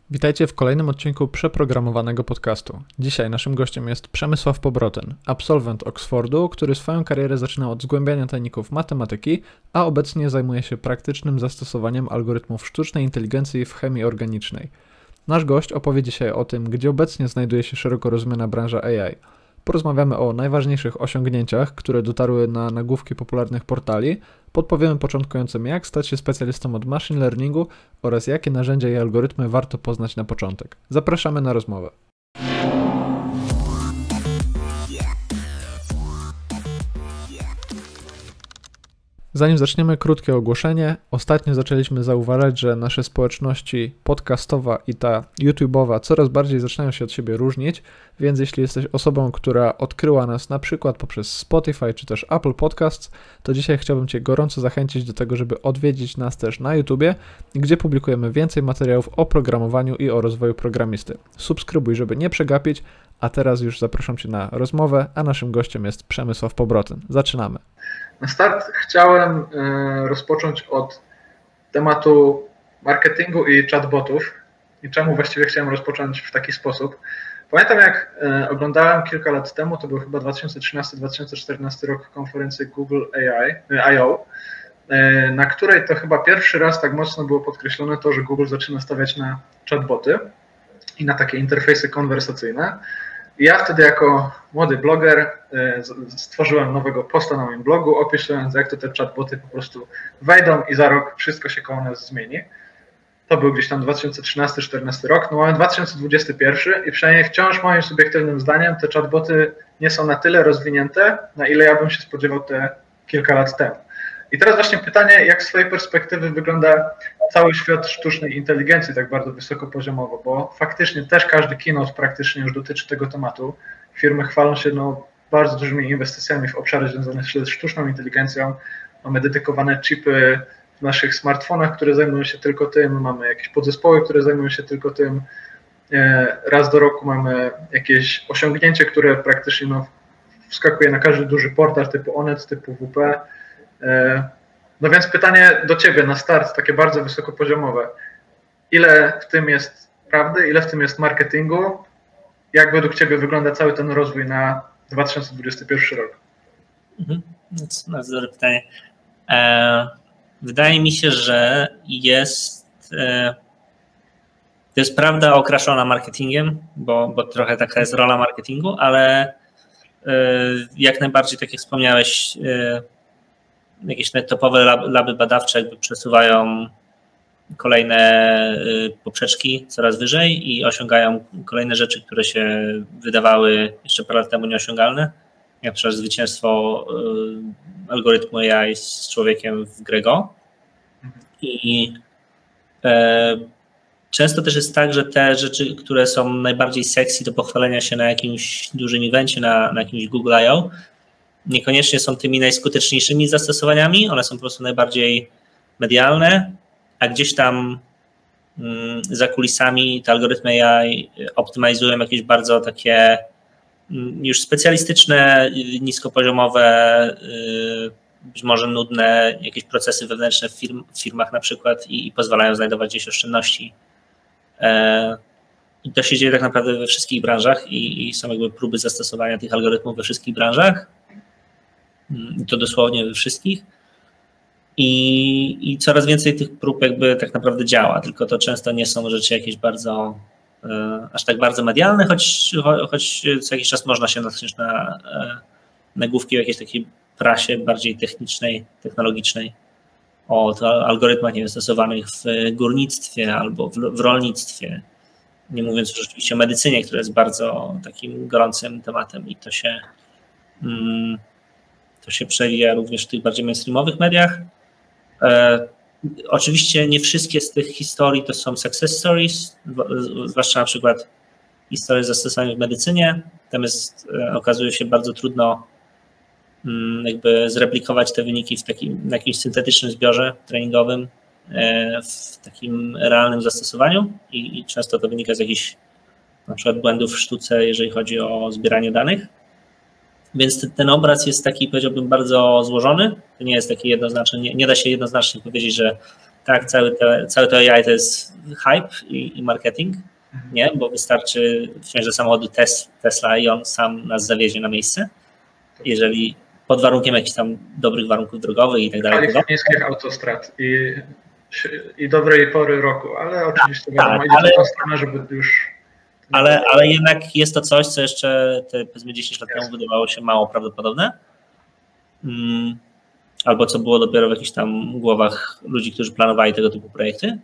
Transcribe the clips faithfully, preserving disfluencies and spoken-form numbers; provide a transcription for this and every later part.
Witajcie w kolejnym odcinku przeprogramowanego podcastu. Dzisiaj naszym gościem jest Przemysław Pobrotyn, absolwent Oxfordu, który swoją karierę zaczynał od zgłębiania tajników matematyki, a obecnie zajmuje się praktycznym zastosowaniem algorytmów sztucznej inteligencji w chemii organicznej. Nasz gość opowie dzisiaj o tym, gdzie obecnie znajduje się szeroko rozumiana branża A I. Porozmawiamy o najważniejszych osiągnięciach, które dotarły na nagłówki popularnych portali, podpowiemy początkującym, jak stać się specjalistą od machine learningu oraz jakie narzędzia i algorytmy warto poznać na początek. Zapraszamy na rozmowę. Zanim zaczniemy, krótkie ogłoszenie. Ostatnio zaczęliśmy zauważać, że nasze społeczności podcastowa i ta YouTube'owa coraz bardziej zaczynają się od siebie różnić, więc jeśli jesteś osobą, która odkryła nas na przykład poprzez Spotify czy też Apple Podcasts, to dzisiaj chciałbym Cię gorąco zachęcić do tego, żeby odwiedzić nas też na YouTubie, gdzie publikujemy więcej materiałów o programowaniu i o rozwoju programisty. Subskrybuj, żeby nie przegapić, a teraz już zapraszam Cię na rozmowę, a naszym gościem jest Przemysław Pobrotyn. Zaczynamy. Na start chciałem rozpocząć od tematu marketingu i chatbotów i czemu właściwie chciałem rozpocząć w taki sposób. Pamiętam, jak oglądałem kilka lat temu, to był chyba dwa tysiące trzynasty dwa tysiące czternasty rok, konferencji Google I O, na której to chyba pierwszy raz tak mocno było podkreślone to, że Google zaczyna stawiać na chatboty i na takie interfejsy konwersacyjne. I ja wtedy jako młody bloger stworzyłem nowego posta na moim blogu, opisując, jak to te chatboty po prostu wejdą i za rok wszystko się koło nas zmieni. To był gdzieś tam dwa tysiące trzynasty czternasty rok, no mamy dwa tysiące dwudziesty pierwszy i przynajmniej wciąż moim subiektywnym zdaniem te chatboty nie są na tyle rozwinięte, na ile ja bym się spodziewał te kilka lat temu. I teraz właśnie pytanie, jak z swojej perspektywy wygląda cały świat sztucznej inteligencji tak bardzo wysokopoziomowo, bo faktycznie też każdy keynote praktycznie już dotyczy tego tematu. Firmy chwalą się no, bardzo dużymi inwestycjami w obszary związane z sztuczną inteligencją. Mamy dedykowane chipy w naszych smartfonach, które zajmują się tylko tym, mamy jakieś podzespoły, które zajmują się tylko tym. Raz do roku mamy jakieś osiągnięcie, które praktycznie no, wskakuje na każdy duży portal typu Onet, typu W P. No więc pytanie do Ciebie na start, takie bardzo wysokopoziomowe. Ile w tym jest prawdy, ile w tym jest marketingu? Jak według Ciebie wygląda cały ten rozwój na dwa tysiące dwudziesty pierwszy rok? Mhm. To jest bardzo dobre pytanie. E, wydaje mi się, że jest e, to jest prawda okraszona marketingiem, bo, bo trochę taka jest rola marketingu, ale e, jak najbardziej, tak jak wspomniałeś, e, jakieś topowe laby badawcze jakby przesuwają kolejne poprzeczki coraz wyżej i osiągają kolejne rzeczy, które się wydawały jeszcze parę lat temu nieosiągalne, jak na przykład zwycięstwo algorytmu A I z człowiekiem w grę Go. I często też jest tak, że te rzeczy, które są najbardziej sexy do pochwalenia się na jakimś dużym evencie, na, na jakimś Google I O, niekoniecznie są tymi najskuteczniejszymi zastosowaniami, one są po prostu najbardziej medialne, a gdzieś tam za kulisami te algorytmy A I optymalizują jakieś bardzo takie już specjalistyczne, niskopoziomowe, być może nudne jakieś procesy wewnętrzne w, firm, w firmach na przykład i, i pozwalają znajdować gdzieś oszczędności. I to się dzieje tak naprawdę we wszystkich branżach i, i są jakby próby zastosowania tych algorytmów we wszystkich branżach. I to dosłownie we wszystkich. I, I coraz więcej tych prób jakby tak naprawdę działa, tylko to często nie są rzeczy jakieś bardzo, e, aż tak bardzo medialne, choć, choć co jakiś czas można się natknąć na e, nagłówki o jakiejś takiej prasie bardziej technicznej, technologicznej, o to algorytmach nie wiem, stosowanych w górnictwie albo w, w rolnictwie, nie mówiąc już oczywiście o medycynie, która jest bardzo takim gorącym tematem i to się... Mm, To się przewija również w tych bardziej mainstreamowych mediach. E, oczywiście nie wszystkie z tych historii to są success stories, zwłaszcza na przykład historie zastosowanych w medycynie. Tam jest, e, okazuje się bardzo trudno m, jakby zreplikować te wyniki w takim, na jakimś syntetycznym zbiorze treningowym, e, w takim realnym zastosowaniu i, i często to wynika z jakichś na przykład błędów w sztuce, jeżeli chodzi o zbieranie danych. Więc ten obraz jest taki, powiedziałbym, bardzo złożony. To nie jest taki jednoznaczny, nie, nie da się jednoznacznie powiedzieć, że tak, cały to, całe to A I to jest hype i, i marketing, mhm. nie? Bo wystarczy wsiąść do samochodu tes, Tesla i on sam nas zawiezie na miejsce, jeżeli pod warunkiem jakichś tam dobrych warunków drogowych i tak dalej. Kalifornijskich autostrad i, i dobrej pory roku, ale oczywiście wiadomo, tak, idzie ale, w tą stronę, żeby już... Ale, ale jednak jest to coś, co jeszcze te, powiedzmy dziesięć lat temu wydawało się mało prawdopodobne. Hmm. Albo co było dopiero w jakichś tam głowach ludzi, którzy planowali tego typu projekty.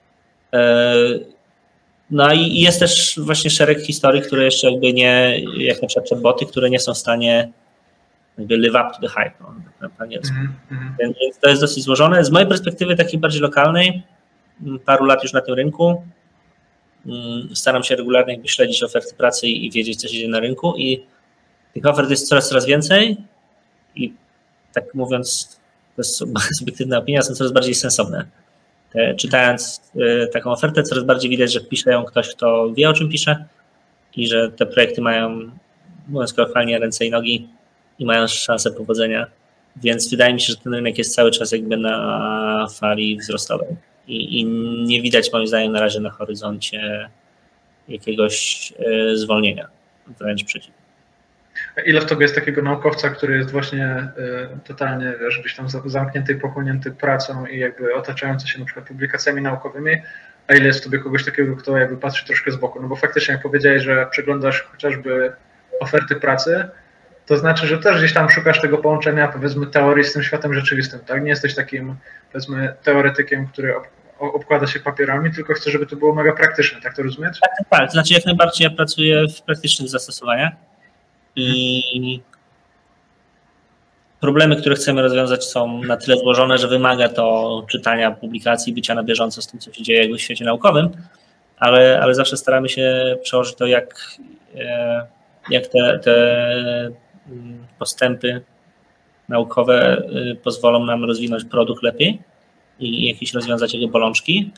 No i jest też właśnie szereg historii, które jeszcze jakby nie, jak na przykład chatboty, które nie są w stanie jakby live up to the hype, no, po angielsku. Mm-hmm. Więc to jest dosyć złożone. Z mojej perspektywy takiej bardziej lokalnej, paru lat już na tym rynku, staram się regularnie jakby śledzić oferty pracy i wiedzieć, co się dzieje na rynku i tych ofert jest coraz, coraz więcej i tak mówiąc, to jest subiektywna opinia, są coraz bardziej sensowne. Czytając taką ofertę, coraz bardziej widać, że pisze ją ktoś, kto wie, o czym pisze i że te projekty mają, mówiąc kolokwialnie, ręce i nogi i mają szansę powodzenia. Więc wydaje mi się, że ten rynek jest cały czas jakby na fali wzrostowej i, i nie widać moim zdaniem na razie na horyzoncie jakiegoś zwolnienia, wręcz przeciwnie. Ile w tobie jest takiego naukowca, który jest właśnie y, totalnie, wiesz, gdzieś tam zamknięty i pochłonięty pracą i jakby otaczający się na przykład publikacjami naukowymi, a ile jest w tobie kogoś takiego, kto jakby patrzy troszkę z boku? No bo faktycznie jak powiedziałeś, że przeglądasz chociażby oferty pracy, to znaczy, że też gdzieś tam szukasz tego połączenia, powiedzmy, teorii z tym światem rzeczywistym, tak? Nie jesteś takim, powiedzmy, teoretykiem, który ob, obkłada się papierami, tylko chcesz, żeby to było mega praktyczne, tak to rozumieć? Tak, tak, tak. To znaczy jak najbardziej ja pracuję w praktycznych zastosowaniach. I problemy, które chcemy rozwiązać, są na tyle złożone, że wymaga to czytania publikacji, bycia na bieżąco z tym, co się dzieje jakby w świecie naukowym, ale, ale zawsze staramy się przełożyć to, jak, jak te, te postępy naukowe pozwolą nam rozwinąć produkt lepiej i jakieś rozwiązać jego bolączki.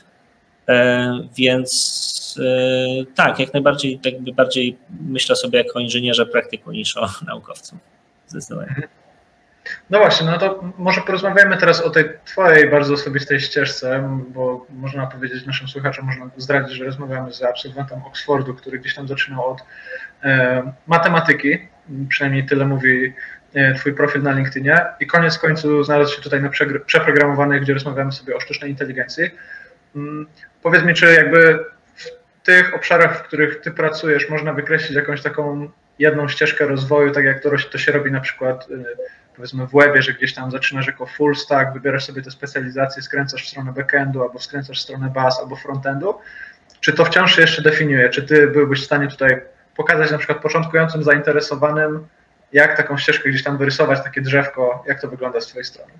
Więc tak, jak najbardziej jakby bardziej myślę sobie jako inżynierze praktyku niż o naukowcu. Zdecydowanie. No właśnie, no to może porozmawiajmy teraz o tej twojej bardzo osobistej ścieżce, bo można powiedzieć naszym słuchaczom, można zdradzić, że rozmawiamy z absolwentem Oxfordu, który gdzieś tam zaczynał od e, matematyki, przynajmniej tyle mówi e, twój profil na LinkedInie i koniec końców znalazł się tutaj na przeprogramowanej, gdzie rozmawiamy sobie o sztucznej inteligencji. Hmm, powiedz mi, czy jakby w tych obszarach, w których ty pracujesz, można wykreślić jakąś taką jedną ścieżkę rozwoju, tak jak to, to się robi na przykład powiedzmy w webie, że gdzieś tam zaczynasz jako full stack, wybierasz sobie te specjalizacje, skręcasz w stronę backendu, albo skręcasz w stronę baz, albo frontendu. Czy to wciąż się jeszcze definiuje? Czy ty byłbyś w stanie tutaj pokazać na przykład początkującym, zainteresowanym, jak taką ścieżkę gdzieś tam wyrysować, takie drzewko, jak to wygląda z twojej strony?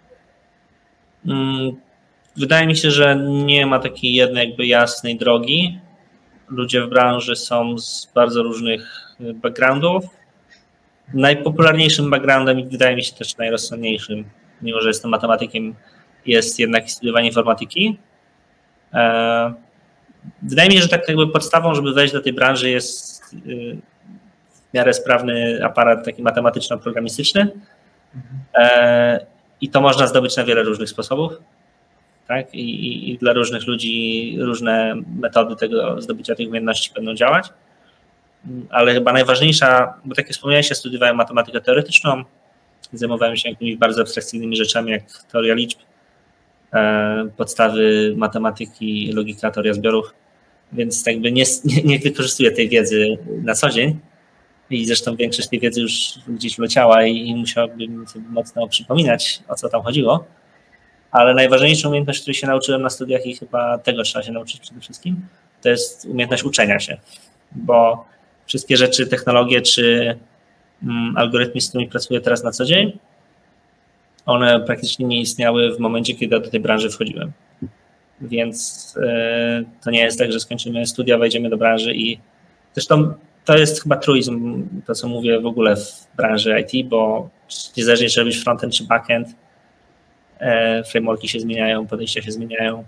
Wydaje mi się, że nie ma takiej jednej jakby jasnej drogi. Ludzie w branży są z bardzo różnych backgroundów. Najpopularniejszym backgroundem i wydaje mi się też najrozsądniejszym, mimo że jestem matematykiem, jest jednak studiowanie informatyki. Wydaje mi się, że tak jakby podstawą, żeby wejść do tej branży, jest w miarę sprawny aparat taki matematyczno-programistyczny i to można zdobyć na wiele różnych sposobów. Tak? I, I dla różnych ludzi różne metody tego zdobycia tych umiejętności będą działać. Ale chyba najważniejsza, bo tak jak wspomniałeś, ja studiowałem matematykę teoretyczną, zajmowałem się jakimiś bardzo abstrakcyjnymi rzeczami jak teoria liczb, podstawy matematyki, logika, teoria zbiorów, więc jakby nie, nie, nie wykorzystuję tej wiedzy na co dzień i zresztą większość tej wiedzy już gdzieś leciała i, i musiałbym sobie mocno przypominać, o co tam chodziło. Ale najważniejszą umiejętność, której się nauczyłem na studiach i chyba tego trzeba się nauczyć przede wszystkim, to jest umiejętność uczenia się, bo wszystkie rzeczy, technologie czy mm, algorytmy, z którymi pracuję teraz na co dzień, one praktycznie nie istniały w momencie, kiedy do tej branży wchodziłem. Więc yy, to nie jest tak, że skończymy studia, wejdziemy do branży i zresztą to jest chyba truizm, to co mówię w ogóle w branży I T, bo niezależnie czy robisz frontend czy backend, frameworki się zmieniają, podejścia się zmieniają,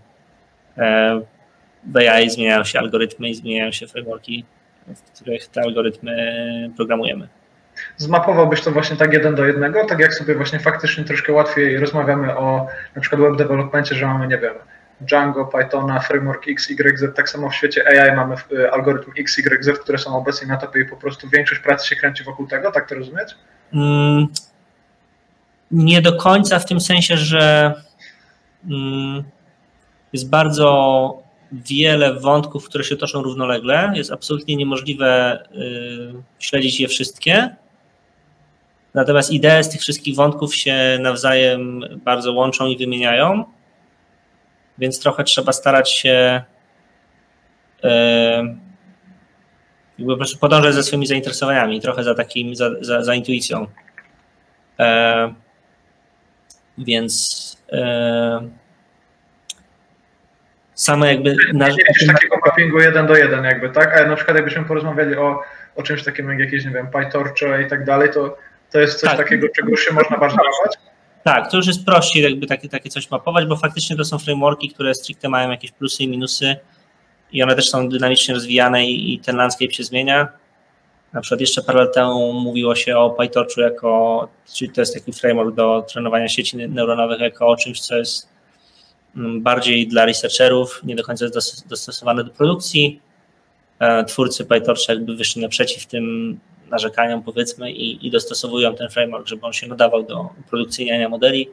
w A I zmieniają się algorytmy i zmieniają się frameworki, w których te algorytmy programujemy. Zmapowałbyś to właśnie tak jeden do jednego, tak jak sobie właśnie faktycznie troszkę łatwiej rozmawiamy o na przykład web developmencie, że mamy, nie wiem, Django, Pythona, Framework X, Y, Z, tak samo w świecie A I mamy algorytm X, Y, Z, które są obecnie na topie i po prostu większość pracy się kręci wokół tego, tak to rozumieć? Mm, nie do końca w tym sensie, że mm, jest bardzo wiele wątków, które się toczą równolegle. Jest absolutnie niemożliwe y, śledzić je wszystkie. Natomiast idee z tych wszystkich wątków się nawzajem bardzo łączą i wymieniają, więc trochę trzeba starać się y, jakby po prostu podążać za swoimi zainteresowaniami, trochę za takim, za, za, za intuicją. E, więc e, same jakby... Nie widzisz takiego mappingu jeden do jeden jakby, tak? A na przykład jakbyśmy porozmawiali o, o czymś takim jak jakieś, nie wiem, PyTorche i tak dalej, to, to jest coś tak. takiego, czego już się można bardziej mapować? Tak, to już jest prościej jakby takie, takie coś mapować, bo faktycznie to są frameworki, które stricte mają jakieś plusy i minusy i one też są dynamicznie rozwijane i, i ten landscape się zmienia. Na przykład jeszcze parę lat temu mówiło się o PyTorchu jako, czyli to jest taki framework do trenowania sieci neuronowych, jako o czymś, co jest bardziej dla researcherów, nie do końca jest dostosowane do produkcji. Twórcy PyTorcha jakby wyszli naprzeciw tym narzekaniom, powiedzmy, i, i dostosowują ten framework, żeby on się nadawał do produkcyjniania modeli.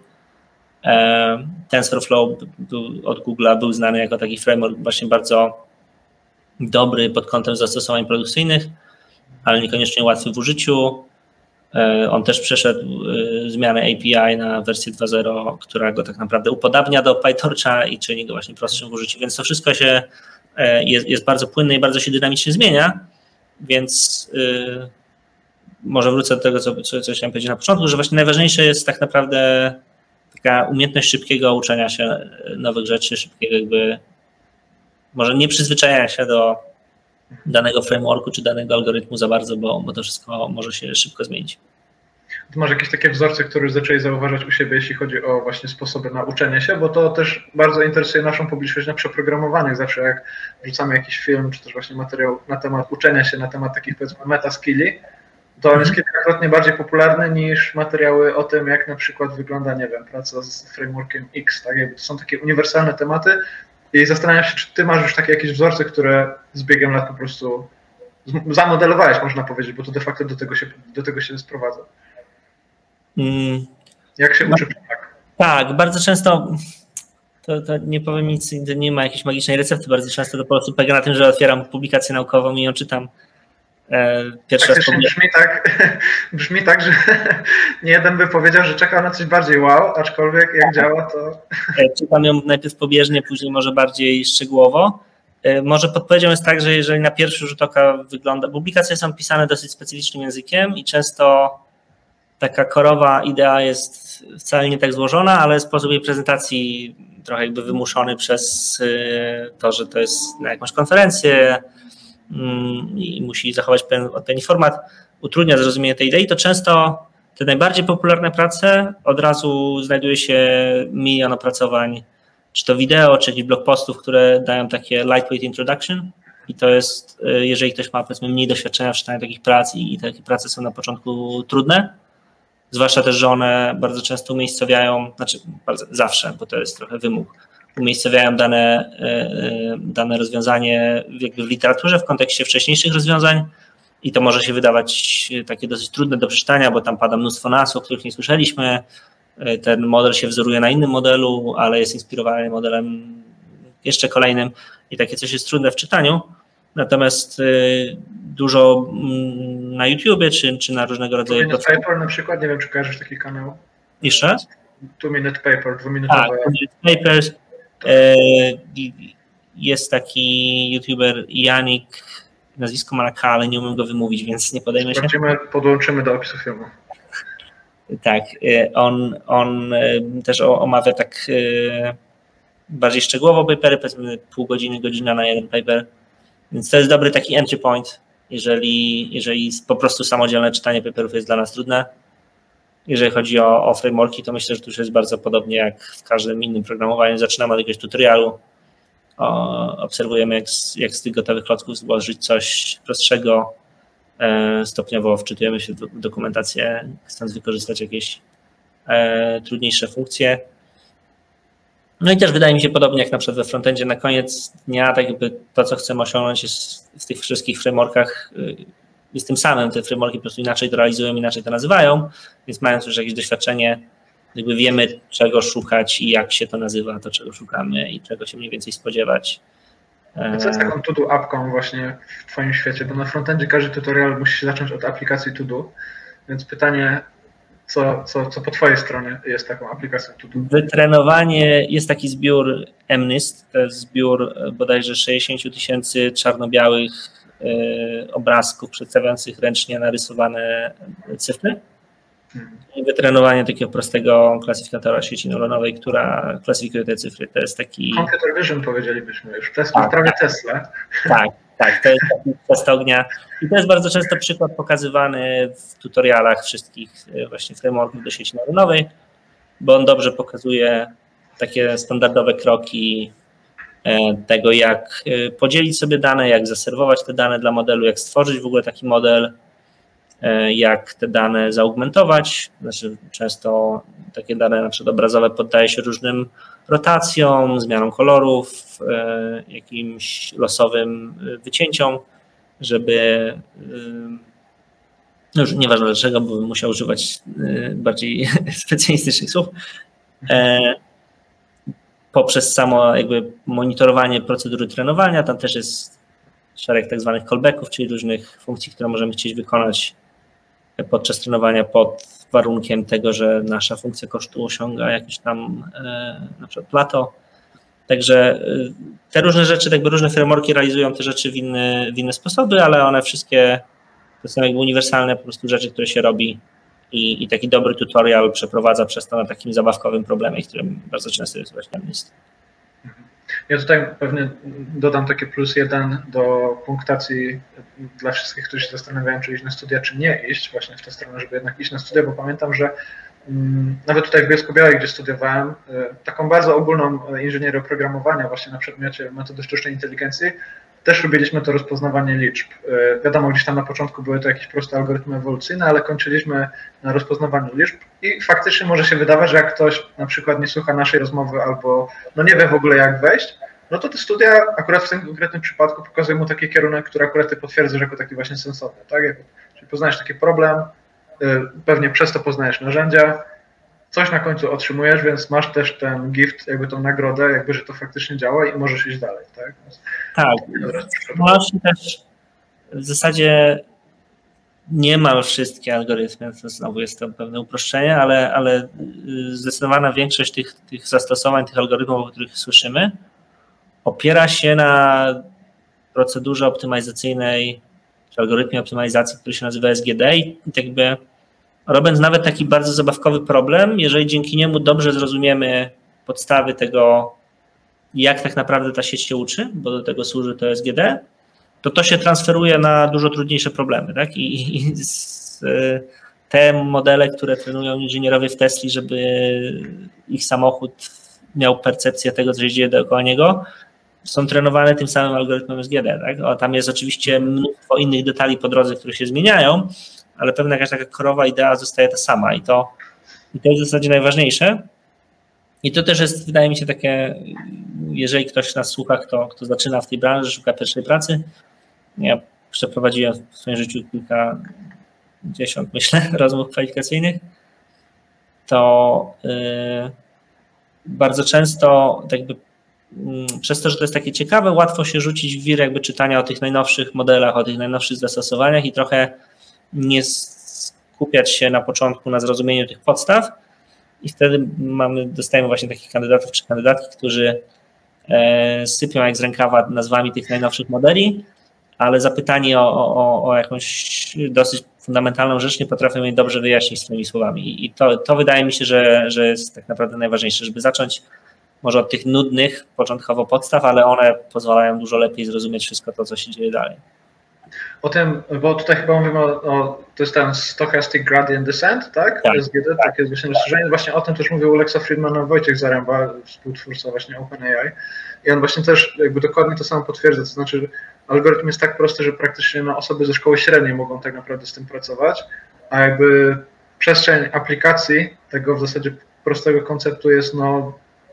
TensorFlow był, od Google'a był znany jako taki framework właśnie bardzo dobry pod kątem zastosowań produkcyjnych, ale niekoniecznie łatwy w użyciu. On też przeszedł zmianę A P I na wersję dwa zero, która go tak naprawdę upodabnia do PyTorcha i czyni go właśnie prostszym w użyciu, więc to wszystko się jest, jest bardzo płynne i bardzo się dynamicznie zmienia, więc yy, może wrócę do tego, co, co, co chciałem powiedzieć na początku, że właśnie najważniejsze jest tak naprawdę taka umiejętność szybkiego uczenia się nowych rzeczy, szybkiego jakby może nie przyzwyczajania się do danego frameworku czy danego algorytmu za bardzo, bo, bo to wszystko może się szybko zmienić. Ty masz jakieś takie wzorce, które już zaczęli zauważać u siebie, jeśli chodzi o właśnie sposoby na uczenie się, bo to też bardzo interesuje naszą publiczność na przeprogramowanych. Zawsze jak wrzucamy jakiś film, czy też właśnie materiał na temat uczenia się, na temat takich powiedzmy metaskilli, to on jest kilkakrotnie bardziej popularny niż materiały o tym, jak na przykład wygląda, nie wiem, praca z frameworkiem X, tak? Jakby to są takie uniwersalne tematy i zastanawiam się, czy ty masz już takie jakieś wzorce, które z biegiem lat po prostu zamodelowałeś, można powiedzieć, bo to de facto do tego się, do tego się sprowadza. Hmm. Jak się uczy? Tak, tak, bardzo często, to, to nie powiem nic, to nie ma jakiejś magicznej recepty, bardzo często to po prostu polega na tym, że otwieram publikację naukową i ją czytam e, pierwszy raz. Brzmi tak, brzmi tak, że nie jeden by powiedział, że czekał na coś bardziej wow, aczkolwiek jak działa, to... Czytam ją najpierw pobieżnie, później może bardziej szczegółowo. Może podpowiedzią jest tak, że jeżeli na pierwszy rzut oka wygląda, publikacje są pisane dosyć specyficznym językiem i często taka korowa idea jest wcale nie tak złożona, ale sposób jej prezentacji trochę jakby wymuszony przez to, że to jest na jakąś konferencję i musi zachować pewien odpowiedni format, utrudnia zrozumienie tej idei, to często te najbardziej popularne prace od razu znajduje się milion opracowań, czy to wideo, czy jakichś blog postów, które dają takie lightweight introduction i to jest, jeżeli ktoś ma powiedzmy mniej doświadczenia w czytaniu takich prac i, i takie prace są na początku trudne, zwłaszcza też, że one bardzo często umiejscowiają, znaczy bardzo, zawsze, bo to jest trochę wymóg, umiejscowiają dane, dane rozwiązanie jakby w literaturze w kontekście wcześniejszych rozwiązań i to może się wydawać takie dosyć trudne do przeczytania, bo tam pada mnóstwo nazw, o których nie słyszeliśmy. Ten model się wzoruje na innym modelu, ale jest inspirowany modelem jeszcze kolejnym i takie coś jest trudne w czytaniu. Natomiast dużo na YouTubie czy, czy na różnego rodzaju... Two Minute Paper na przykład, nie wiem, czy kojarzysz taki kanał? Jeszcze raz? Two Minute Paper, dwuminutowe. Tak, Two Minute Papers. Jest taki YouTuber Janik, nazwisko ma na K, ale nie umiem go wymówić, więc nie podejmę się. Podłączymy do opisu filmu. Tak, on, on też omawia tak bardziej szczegółowo papery, powiedzmy pół godziny, godzina na jeden paper, więc to jest dobry taki entry point, jeżeli, jeżeli po prostu samodzielne czytanie paperów jest dla nas trudne. Jeżeli chodzi o, o frameworki, to myślę, że to już jest bardzo podobnie jak w każdym innym programowaniu. Zaczynamy od jakiegoś tutorialu, o, obserwujemy jak z, jak z tych gotowych klocków złożyć coś prostszego, e, stopniowo wczytujemy się w dokumentację, chcąc wykorzystać jakieś e, trudniejsze funkcje. No i też wydaje mi się podobnie jak na przykład we frontendzie, na koniec dnia tak jakby to, co chcemy osiągnąć jest w tych wszystkich frameworkach jest tym samym, te frameworki po prostu inaczej to realizują, inaczej to nazywają, więc mając już jakieś doświadczenie, jakby wiemy czego szukać i jak się to nazywa, to czego szukamy i czego się mniej więcej spodziewać. A co jest taką to-do appką właśnie w twoim świecie? Bo na frontendzie każdy tutorial musi się zacząć od aplikacji to-do, więc pytanie, co, co, co po twojej stronie jest taką aplikacją to-do? Wytrenowanie, jest taki zbiór MNIST, to jest zbiór bodajże sześćdziesiąt tysięcy czarno-białych y, obrazków przedstawiających ręcznie narysowane cyfry. Hmm. I wytrenowanie takiego prostego klasyfikatora sieci neuronowej, która klasyfikuje te cyfry. To jest taki... Computer Vision powiedzielibyśmy już, Tesla, tak, prawie Tesla. Tak, tak, to jest taki test ognia. I to jest bardzo często przykład pokazywany w tutorialach wszystkich właśnie frameworków do sieci neuronowej, bo on dobrze pokazuje takie standardowe kroki tego, jak podzielić sobie dane, jak zaserwować te dane dla modelu, jak stworzyć w ogóle taki model, jak te dane zaaugmentować. Znaczy często takie dane na przykład obrazowe poddaje się różnym rotacjom, zmianom kolorów, jakimś losowym wycięciom, żeby, no już nieważne dlaczego, bo bym musiał używać bardziej specjalistycznych słów, poprzez samo jakby monitorowanie procedury trenowania, tam też jest szereg tak zwanych callbacków, czyli różnych funkcji, które możemy chcieć wykonać podczas trenowania pod warunkiem tego, że nasza funkcja kosztu osiąga jakieś tam na przykład plato. Także te różne rzeczy, jakby różne frameworki realizują te rzeczy w inne, w inne sposoby, ale one wszystkie to są jakby uniwersalne po prostu rzeczy, które się robi i, i taki dobry tutorial przeprowadza przez to na takim zabawkowym problemie, którym bardzo często jest właśnie MNIST. Ja tutaj pewnie dodam takie plus jeden do punktacji dla wszystkich, którzy się zastanawiają, czy iść na studia, czy nie iść właśnie w tę stronę, żeby jednak iść na studia, bo pamiętam, że um, nawet tutaj w Bielsko-Białej, gdzie studiowałem, y, taką bardzo ogólną inżynierię oprogramowania właśnie na przedmiocie metody sztucznej inteligencji, też robiliśmy to rozpoznawanie liczb. Y, wiadomo, gdzieś tam na początku były to jakieś proste algorytmy ewolucyjne, ale kończyliśmy na rozpoznawaniu liczb i faktycznie może się wydawać, że jak ktoś na przykład nie słucha naszej rozmowy albo no nie wie w ogóle jak wejść, no to te studia akurat w tym konkretnym przypadku pokazują mu taki kierunek, który akurat ty potwierdzasz jako taki właśnie sensowny, tak? Czyli poznajesz taki problem, pewnie przez to poznajesz narzędzia, coś na końcu otrzymujesz, więc masz też ten gift, jakby tą nagrodę, jakby, że to faktycznie działa i możesz iść dalej, tak? Tak, właśnie też w zasadzie niemal wszystkie algorytmy, to znowu jest to pewne uproszczenie, ale, ale zdecydowana większość tych, tych zastosowań, tych algorytmów, o których słyszymy, opiera się na procedurze optymalizacyjnej, czy algorytmie optymalizacji, który się nazywa S G D i jakby robiąc nawet taki bardzo zabawkowy problem, jeżeli dzięki niemu dobrze zrozumiemy podstawy tego, jak tak naprawdę ta sieć się uczy, bo do tego służy to S G D, to to się transferuje na dużo trudniejsze problemy. Tak? I, i z, te modele, które trenują inżynierowie w Tesli, żeby ich samochód miał percepcję tego, co się dzieje dookoła niego, są trenowane tym samym algorytmem S G D. Tak? O, tam jest oczywiście mnóstwo innych detali po drodze, które się zmieniają, ale pewna jakaś taka korowa idea zostaje ta sama i to, i to jest w zasadzie najważniejsze. I to też jest, wydaje mi się, takie, jeżeli ktoś nas słucha, kto, kto zaczyna w tej branży, szuka pierwszej pracy. Ja przeprowadziłem w swoim życiu kilkadziesiąt, myślę, rozmów kwalifikacyjnych, to yy, bardzo często jakby yy, przez to, że to jest takie ciekawe, łatwo się rzucić w wir jakby czytania o tych najnowszych modelach, o tych najnowszych zastosowaniach i trochę nie skupiać się na początku na zrozumieniu tych podstaw i wtedy mamy, dostajemy właśnie takich kandydatów czy kandydatki, którzy e, sypią jak z rękawa nazwami tych najnowszych modeli, ale zapytani o, o, o jakąś dosyć fundamentalną rzecz nie potrafią jej dobrze wyjaśnić swoimi słowami. I to, to wydaje mi się, że, że jest tak naprawdę najważniejsze, żeby zacząć może od tych nudnych początkowo podstaw, ale one pozwalają dużo lepiej zrozumieć wszystko to, co się dzieje dalej. O tym, bo tutaj chyba mówimy o, o to jest ten Stochastic Gradient Descent, tak? Tak. S G D, takie jest właśnie rozszerzenie. Właśnie o tym też mówił Lexa Friedman, Wojciech Zaręba, współtwórca właśnie OpenAI. I on właśnie też jakby dokładnie to samo potwierdza, to znaczy, że algorytm jest tak prosty, że praktycznie no, osoby ze szkoły średniej mogą tak naprawdę z tym pracować, a jakby przestrzeń aplikacji tego w zasadzie prostego konceptu jest no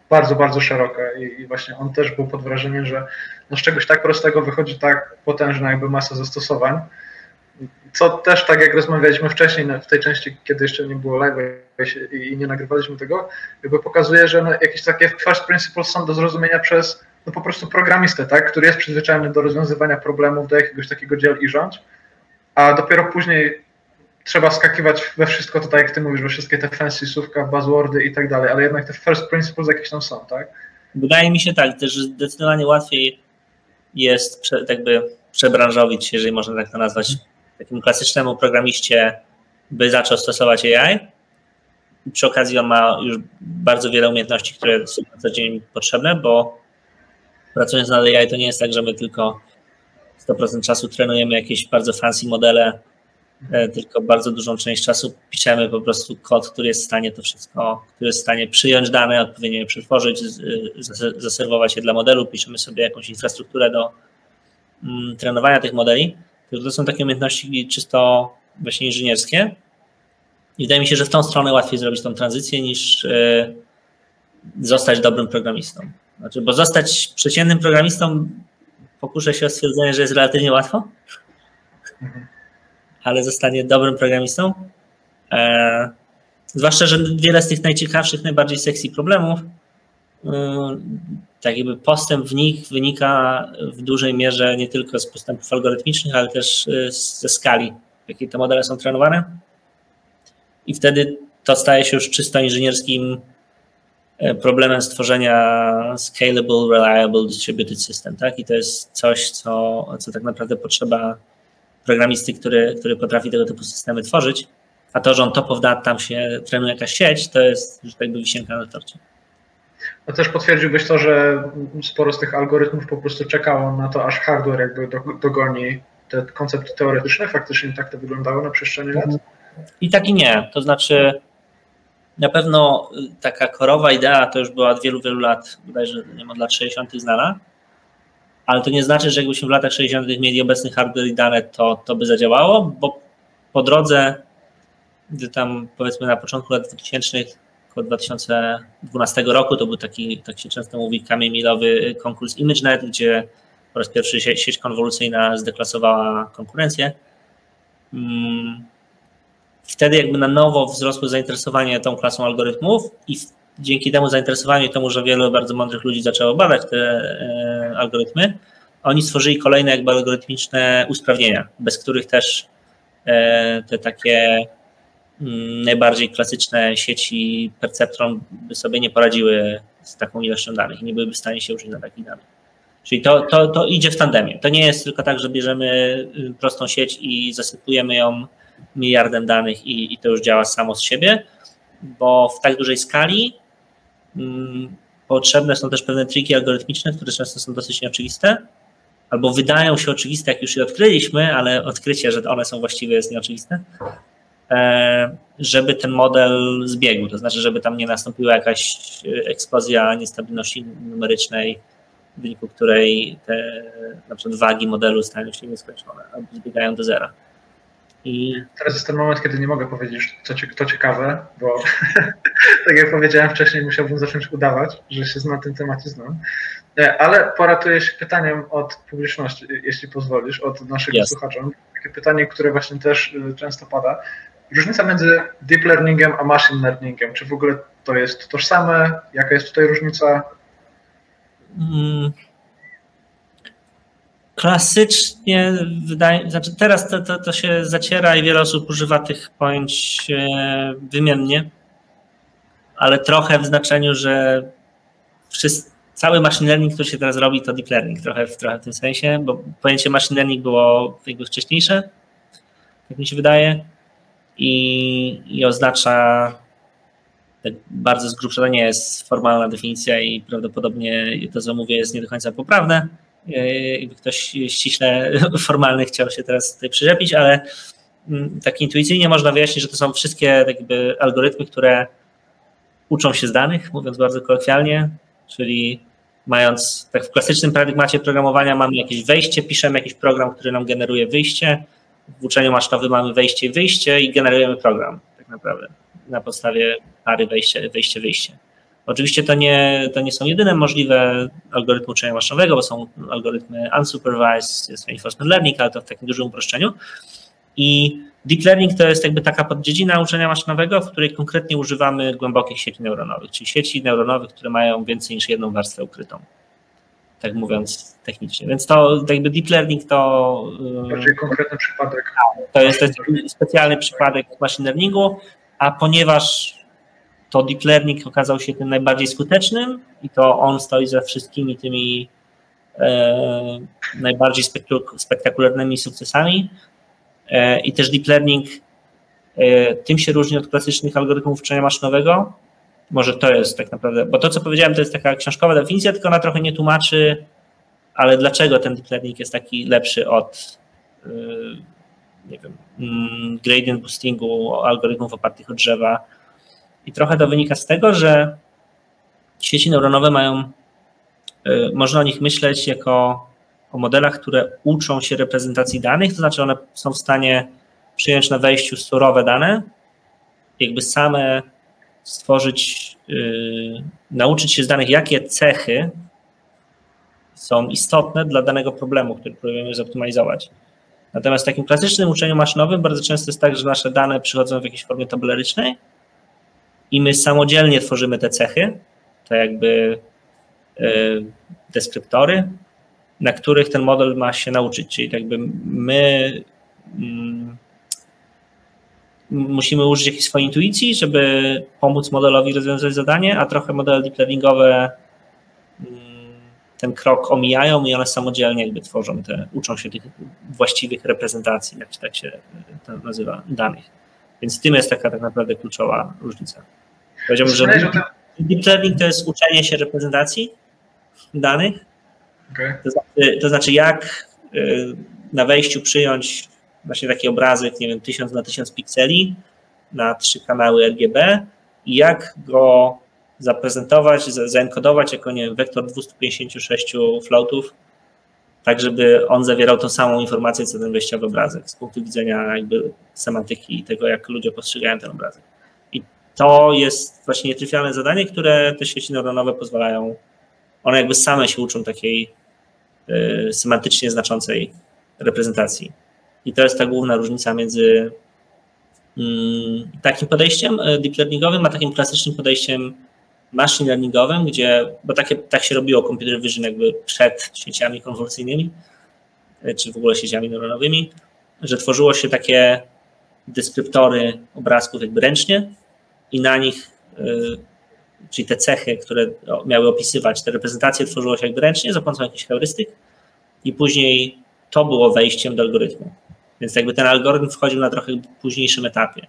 bardzo, bardzo szeroka i, i właśnie on też był pod wrażeniem, że no z czegoś tak prostego wychodzi tak potężna jakby masa zastosowań, co też tak jak rozmawialiśmy wcześniej w tej części, kiedy jeszcze nie było live i nie nagrywaliśmy tego, jakby pokazuje, że no jakieś takie first principles są do zrozumienia przez no po prostu programistę, tak, który jest przyzwyczajony do rozwiązywania problemów, do jakiegoś takiego dziel i rządź, a dopiero później trzeba skakiwać we wszystko, to tak jak ty mówisz, we wszystkie te fancy słówka, buzzwordy i tak dalej, ale jednak te first principles jakieś tam są, tak? Wydaje mi się tak, też że zdecydowanie łatwiej jest prze, jakby przebranżowić się, jeżeli można tak to nazwać, takiemu klasycznemu programiście, by zaczął stosować A I. I przy okazji on ma już bardzo wiele umiejętności, które są na co dzień potrzebne, bo pracując nad A I to nie jest tak, że my tylko sto procent czasu trenujemy jakieś bardzo fancy modele, tylko bardzo dużą część czasu piszemy po prostu kod, który jest w stanie to wszystko, który jest w stanie przyjąć dane, odpowiednio je przetworzyć, zaserwować je dla modelu, piszemy sobie jakąś infrastrukturę do mm, trenowania tych modeli. To są takie umiejętności czysto właśnie inżynierskie i wydaje mi się, że w tą stronę łatwiej zrobić tą tranzycję niż y, zostać dobrym programistą. Znaczy, bo zostać przeciętnym programistą, pokuszę się o stwierdzenie, że jest relatywnie łatwo, mhm. ale zostanie dobrym programistą. E, zwłaszcza, że wiele z tych najciekawszych, najbardziej sexy problemów, y, tak jakby postęp w nich wynika w dużej mierze nie tylko z postępów algorytmicznych, ale też ze skali, w jakiej te modele są trenowane. I wtedy to staje się już czysto inżynierskim problemem stworzenia scalable, reliable, distributed system. Tak? I to jest coś, co, co tak naprawdę potrzeba programisty, który, który potrafi tego typu systemy tworzyć. A to, że on top of that tam się trenuje jakaś sieć, to jest już jakby wisienka na torcie. A też potwierdziłbyś to, że sporo z tych algorytmów po prostu czekało na to, aż hardware jakby dogoni te koncepty teoretyczne? Faktycznie tak to wyglądało na przestrzeni lat? I tak i nie. To znaczy na pewno taka korowa idea to już była od wielu, wielu lat, bodajże nie wiem, od lat sześćdziesiątych znana, ale to nie znaczy, że jakbyśmy w latach sześćdziesiątych mieli obecny hardware i dane, to, to by zadziałało, bo po drodze, gdy tam powiedzmy na początku lat dwutysięcznych, około dwa tysiące dwunastego roku, to był taki, tak się często mówi, kamień milowy konkurs ImageNet, gdzie po raz pierwszy sieć, sieć konwolucyjna zdeklasowała konkurencję. Wtedy jakby na nowo wzrosło zainteresowanie tą klasą algorytmów i dzięki temu zainteresowaniu i temu, że wielu bardzo mądrych ludzi zaczęło badać te e, algorytmy, oni stworzyli kolejne jakby algorytmiczne usprawnienia, bez których też e, te takie m, najbardziej klasyczne sieci Perceptron by sobie nie poradziły z taką ilością danych i nie byłyby w stanie się użyć na takich danych. Czyli to, to, to idzie w tandemie. To nie jest tylko tak, że bierzemy prostą sieć i zasypujemy ją miliardem danych i, i to już działa samo z siebie, bo w tak dużej skali mm, potrzebne są też pewne triki algorytmiczne, które często są dosyć nieoczywiste, albo wydają się oczywiste, jak już je odkryliśmy, ale odkrycie, że one są właściwe, jest nieoczywiste, e, żeby ten model zbiegł, to znaczy, żeby tam nie nastąpiła jakaś eksplozja niestabilności numerycznej, w wyniku której te na przykład wagi modelu stają się nieskończone albo zbiegają do zera. I teraz jest ten moment, kiedy nie mogę powiedzieć, co to ciekawe, bo tak jak powiedziałem wcześniej, musiałbym zacząć udawać, że się na tym temacie znam. Ale poratuję się pytaniem od publiczności, jeśli pozwolisz, od naszych yes. słuchaczy. Takie pytanie, które właśnie też często pada. Różnica między deep learningiem a machine learningiem. Czy w ogóle to jest tożsame? Jaka jest tutaj różnica? Hmm. Klasycznie wydaje, znaczy teraz to, to, to się zaciera i wiele osób używa tych pojęć wymiennie, ale trochę w znaczeniu, że wszyscy, cały machine learning, który się teraz robi, to deep learning, trochę w, trochę w tym sensie, bo pojęcie machine learning było jakby wcześniejsze, jak mi się wydaje, i, i oznacza, tak bardzo z grubsza, to nie jest formalna definicja i prawdopodobnie to, co mówię, jest nie do końca poprawne. Jakby ktoś ściśle formalny chciał się teraz tutaj przyczepić, ale tak intuicyjnie można wyjaśnić, że to są wszystkie jakby algorytmy, które uczą się z danych, mówiąc bardzo kolokwialnie, czyli mając, tak w klasycznym paradygmacie programowania mamy jakieś wejście, piszemy jakiś program, który nam generuje wyjście, w uczeniu maszynowym mamy wejście i wyjście i generujemy program tak naprawdę na podstawie pary wejście, wejście, wyjście. Oczywiście to nie, to nie są jedyne możliwe algorytmy uczenia maszynowego, bo są algorytmy unsupervised, jest reinforcement learning, ale to w takim dużym uproszczeniu. I deep learning to jest jakby taka poddziedzina uczenia maszynowego, w której konkretnie używamy głębokich sieci neuronowych, czyli sieci neuronowych, które mają więcej niż jedną warstwę ukrytą. Tak mówiąc technicznie. Więc to jakby deep learning to... Bardziej konkretny przypadek. To jest, to jest specjalny przypadek machine learningu, a ponieważ to deep learning okazał się tym najbardziej skutecznym i to on stoi za wszystkimi tymi e, najbardziej spektakularnymi sukcesami e, i też deep learning e, tym się różni od klasycznych algorytmów uczenia maszynowego. Może to jest tak naprawdę, bo to co powiedziałem to jest taka książkowa definicja, tylko ona trochę nie tłumaczy, ale dlaczego ten deep learning jest taki lepszy od e, nie wiem, gradient boostingu, algorytmów opartych o drzewa. I trochę to wynika z tego, że sieci neuronowe mają, można o nich myśleć jako o modelach, które uczą się reprezentacji danych, to znaczy one są w stanie przyjąć na wejściu surowe dane, jakby same stworzyć, yy, nauczyć się z danych, jakie cechy są istotne dla danego problemu, który próbujemy zoptymalizować. Natomiast w takim klasycznym uczeniu maszynowym bardzo często jest tak, że nasze dane przychodzą w jakiejś formie tabularycznej i my samodzielnie tworzymy te cechy, to jakby y, deskryptory, na których ten model ma się nauczyć. Czyli jakby my mm, musimy użyć jakiejś swojej intuicji, żeby pomóc modelowi rozwiązać zadanie, a trochę modele deep learningowe ten krok omijają i one samodzielnie jakby tworzą te, uczą się tych właściwych reprezentacji, jak tak się to nazywa, danych. Więc w tym jest taka tak naprawdę kluczowa różnica. Powiedziałbym, że deep, deep learning to jest uczenie się reprezentacji danych. Okay. To, znaczy, to znaczy jak na wejściu przyjąć właśnie taki obrazek, nie wiem, tysiąc na tysiąc pikseli na trzy kanały R G B i jak go zaprezentować, zaenkodować jako, nie wiem, wektor dwieście pięćdziesiąt sześć floatów, tak żeby on zawierał tą samą informację, co ten wejściowy obrazek z punktu widzenia jakby semantyki i tego, jak ludzie postrzegają ten obrazek. I to jest właśnie nietrywialne zadanie, które te sieci neuronowe pozwalają, one jakby same się uczą takiej y, semantycznie znaczącej reprezentacji. I to jest ta główna różnica między y, takim podejściem deep learningowym, a takim klasycznym podejściem machine learningowym, gdzie, bo takie, tak się robiło computer vision jakby przed sieciami konwolucyjnymi, czy w ogóle sieciami neuronowymi, że tworzyło się takie deskryptory obrazków jakby ręcznie i na nich, czyli te cechy, które miały opisywać te reprezentacje, tworzyło się jakby ręcznie za pomocą jakichś heurystyk i później to było wejściem do algorytmu. Więc jakby ten algorytm wchodził na trochę późniejszym etapie.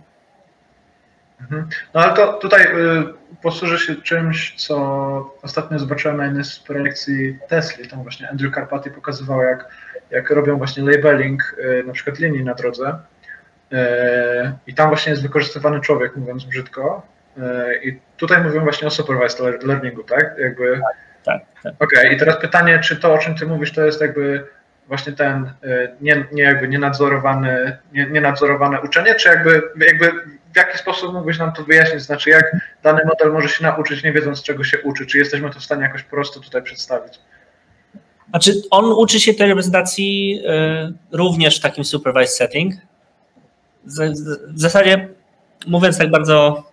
No ale to tutaj y, posłużę się czymś, co ostatnio zobaczyłem na jednej z projekcji Tesli. Tam właśnie Andrew Karpathy pokazywał, jak, jak robią właśnie labeling y, na przykład linii na drodze. Y, I tam właśnie jest wykorzystywany człowiek, mówiąc brzydko. Y, I tutaj mówią właśnie o supervised learningu, tak? Jakby... Tak, tak. Okej, okay. I teraz pytanie, czy to, o czym ty mówisz, to jest jakby właśnie ten nie, nie jakby nienadzorowany, nie, nienadzorowane uczenie, czy jakby, jakby w jaki sposób mógłbyś nam to wyjaśnić? Znaczy, jak dany model może się nauczyć, nie wiedząc, czego się uczy? Czy jesteśmy to w stanie jakoś prosto tutaj przedstawić? Znaczy, on uczy się tej reprezentacji y, również w takim supervised setting. Z, z, w zasadzie, mówiąc tak bardzo,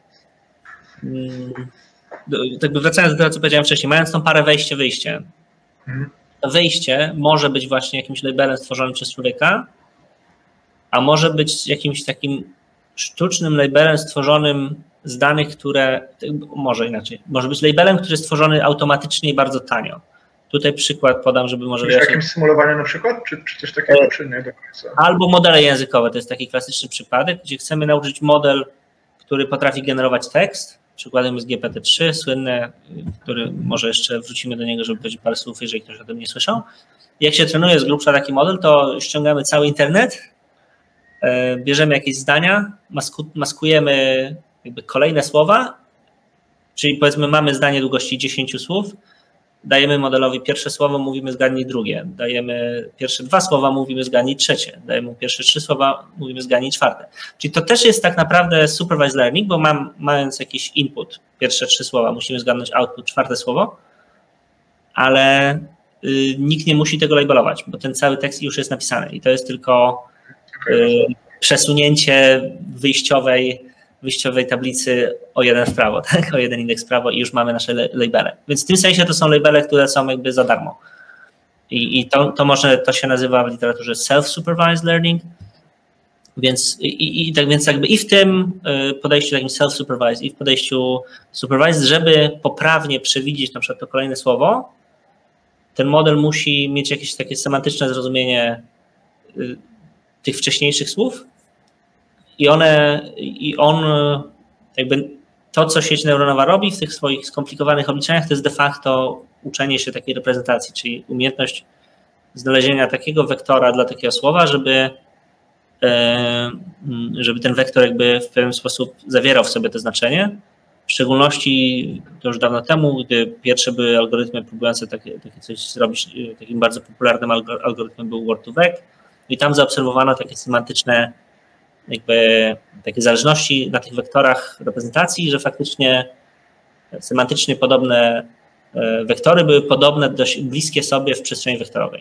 y, tak wracając do tego, co powiedziałem wcześniej, mając tą parę wejście-wyjście, hmm. to wejście może być właśnie jakimś labelem stworzonym przez człowieka, a może być jakimś takim sztucznym labelem stworzonym z danych, które, może inaczej, może być labelem, który jest stworzony automatycznie i bardzo tanio. Tutaj przykład podam, żeby może... Czy jakimś symulowaniu na przykład, czy, czy coś takiego, czy nie do końca? Albo modele językowe, to jest taki klasyczny przypadek, gdzie chcemy nauczyć model, który potrafi generować tekst, przykładem jest G P T trzy, słynne, który może jeszcze wrócimy do niego, żeby powiedzieć parę słów, jeżeli ktoś o tym nie słyszał. Jak się trenuje z grubsza taki model, to ściągamy cały internet, bierzemy jakieś zdania, masku, maskujemy jakby kolejne słowa, czyli powiedzmy mamy zdanie długości dziesięć słów dajemy modelowi pierwsze słowo, mówimy zgadnij drugie, dajemy pierwsze dwa słowa, mówimy zgadnij trzecie, dajemy pierwsze trzy słowa, mówimy zgadnij czwarte. Czyli to też jest tak naprawdę supervised learning, bo mam, mając jakiś input, pierwsze trzy słowa, musimy zgadnąć output, czwarte słowo, ale y, nikt nie musi tego labelować, bo ten cały tekst już jest napisany i to jest tylko y, przesunięcie wyjściowej wyjściowej tablicy o jeden w prawo, tak? O jeden indeks w prawo i już mamy nasze labele. Więc w tym sensie to są labele, które są jakby za darmo. I, i to, to może, to się nazywa w literaturze self-supervised learning. Więc, i, i, tak więc jakby i w tym podejściu takim self-supervised, i w podejściu supervised, żeby poprawnie przewidzieć na przykład to kolejne słowo, ten model musi mieć jakieś takie semantyczne zrozumienie tych wcześniejszych słów, I one, i on jakby to, co sieć neuronowa robi w tych swoich skomplikowanych obliczeniach, to jest de facto uczenie się takiej reprezentacji, czyli umiejętność znalezienia takiego wektora dla takiego słowa, żeby, żeby ten wektor jakby w pewien sposób zawierał w sobie to znaczenie. W szczególności to już dawno temu, gdy pierwsze były algorytmy próbujące takie, takie coś zrobić, takim bardzo popularnym algorytmem był word to vec i tam zaobserwowano takie semantyczne jakby takie zależności na tych wektorach reprezentacji, że faktycznie semantycznie podobne wektory były podobne, dość bliskie sobie w przestrzeni wektorowej.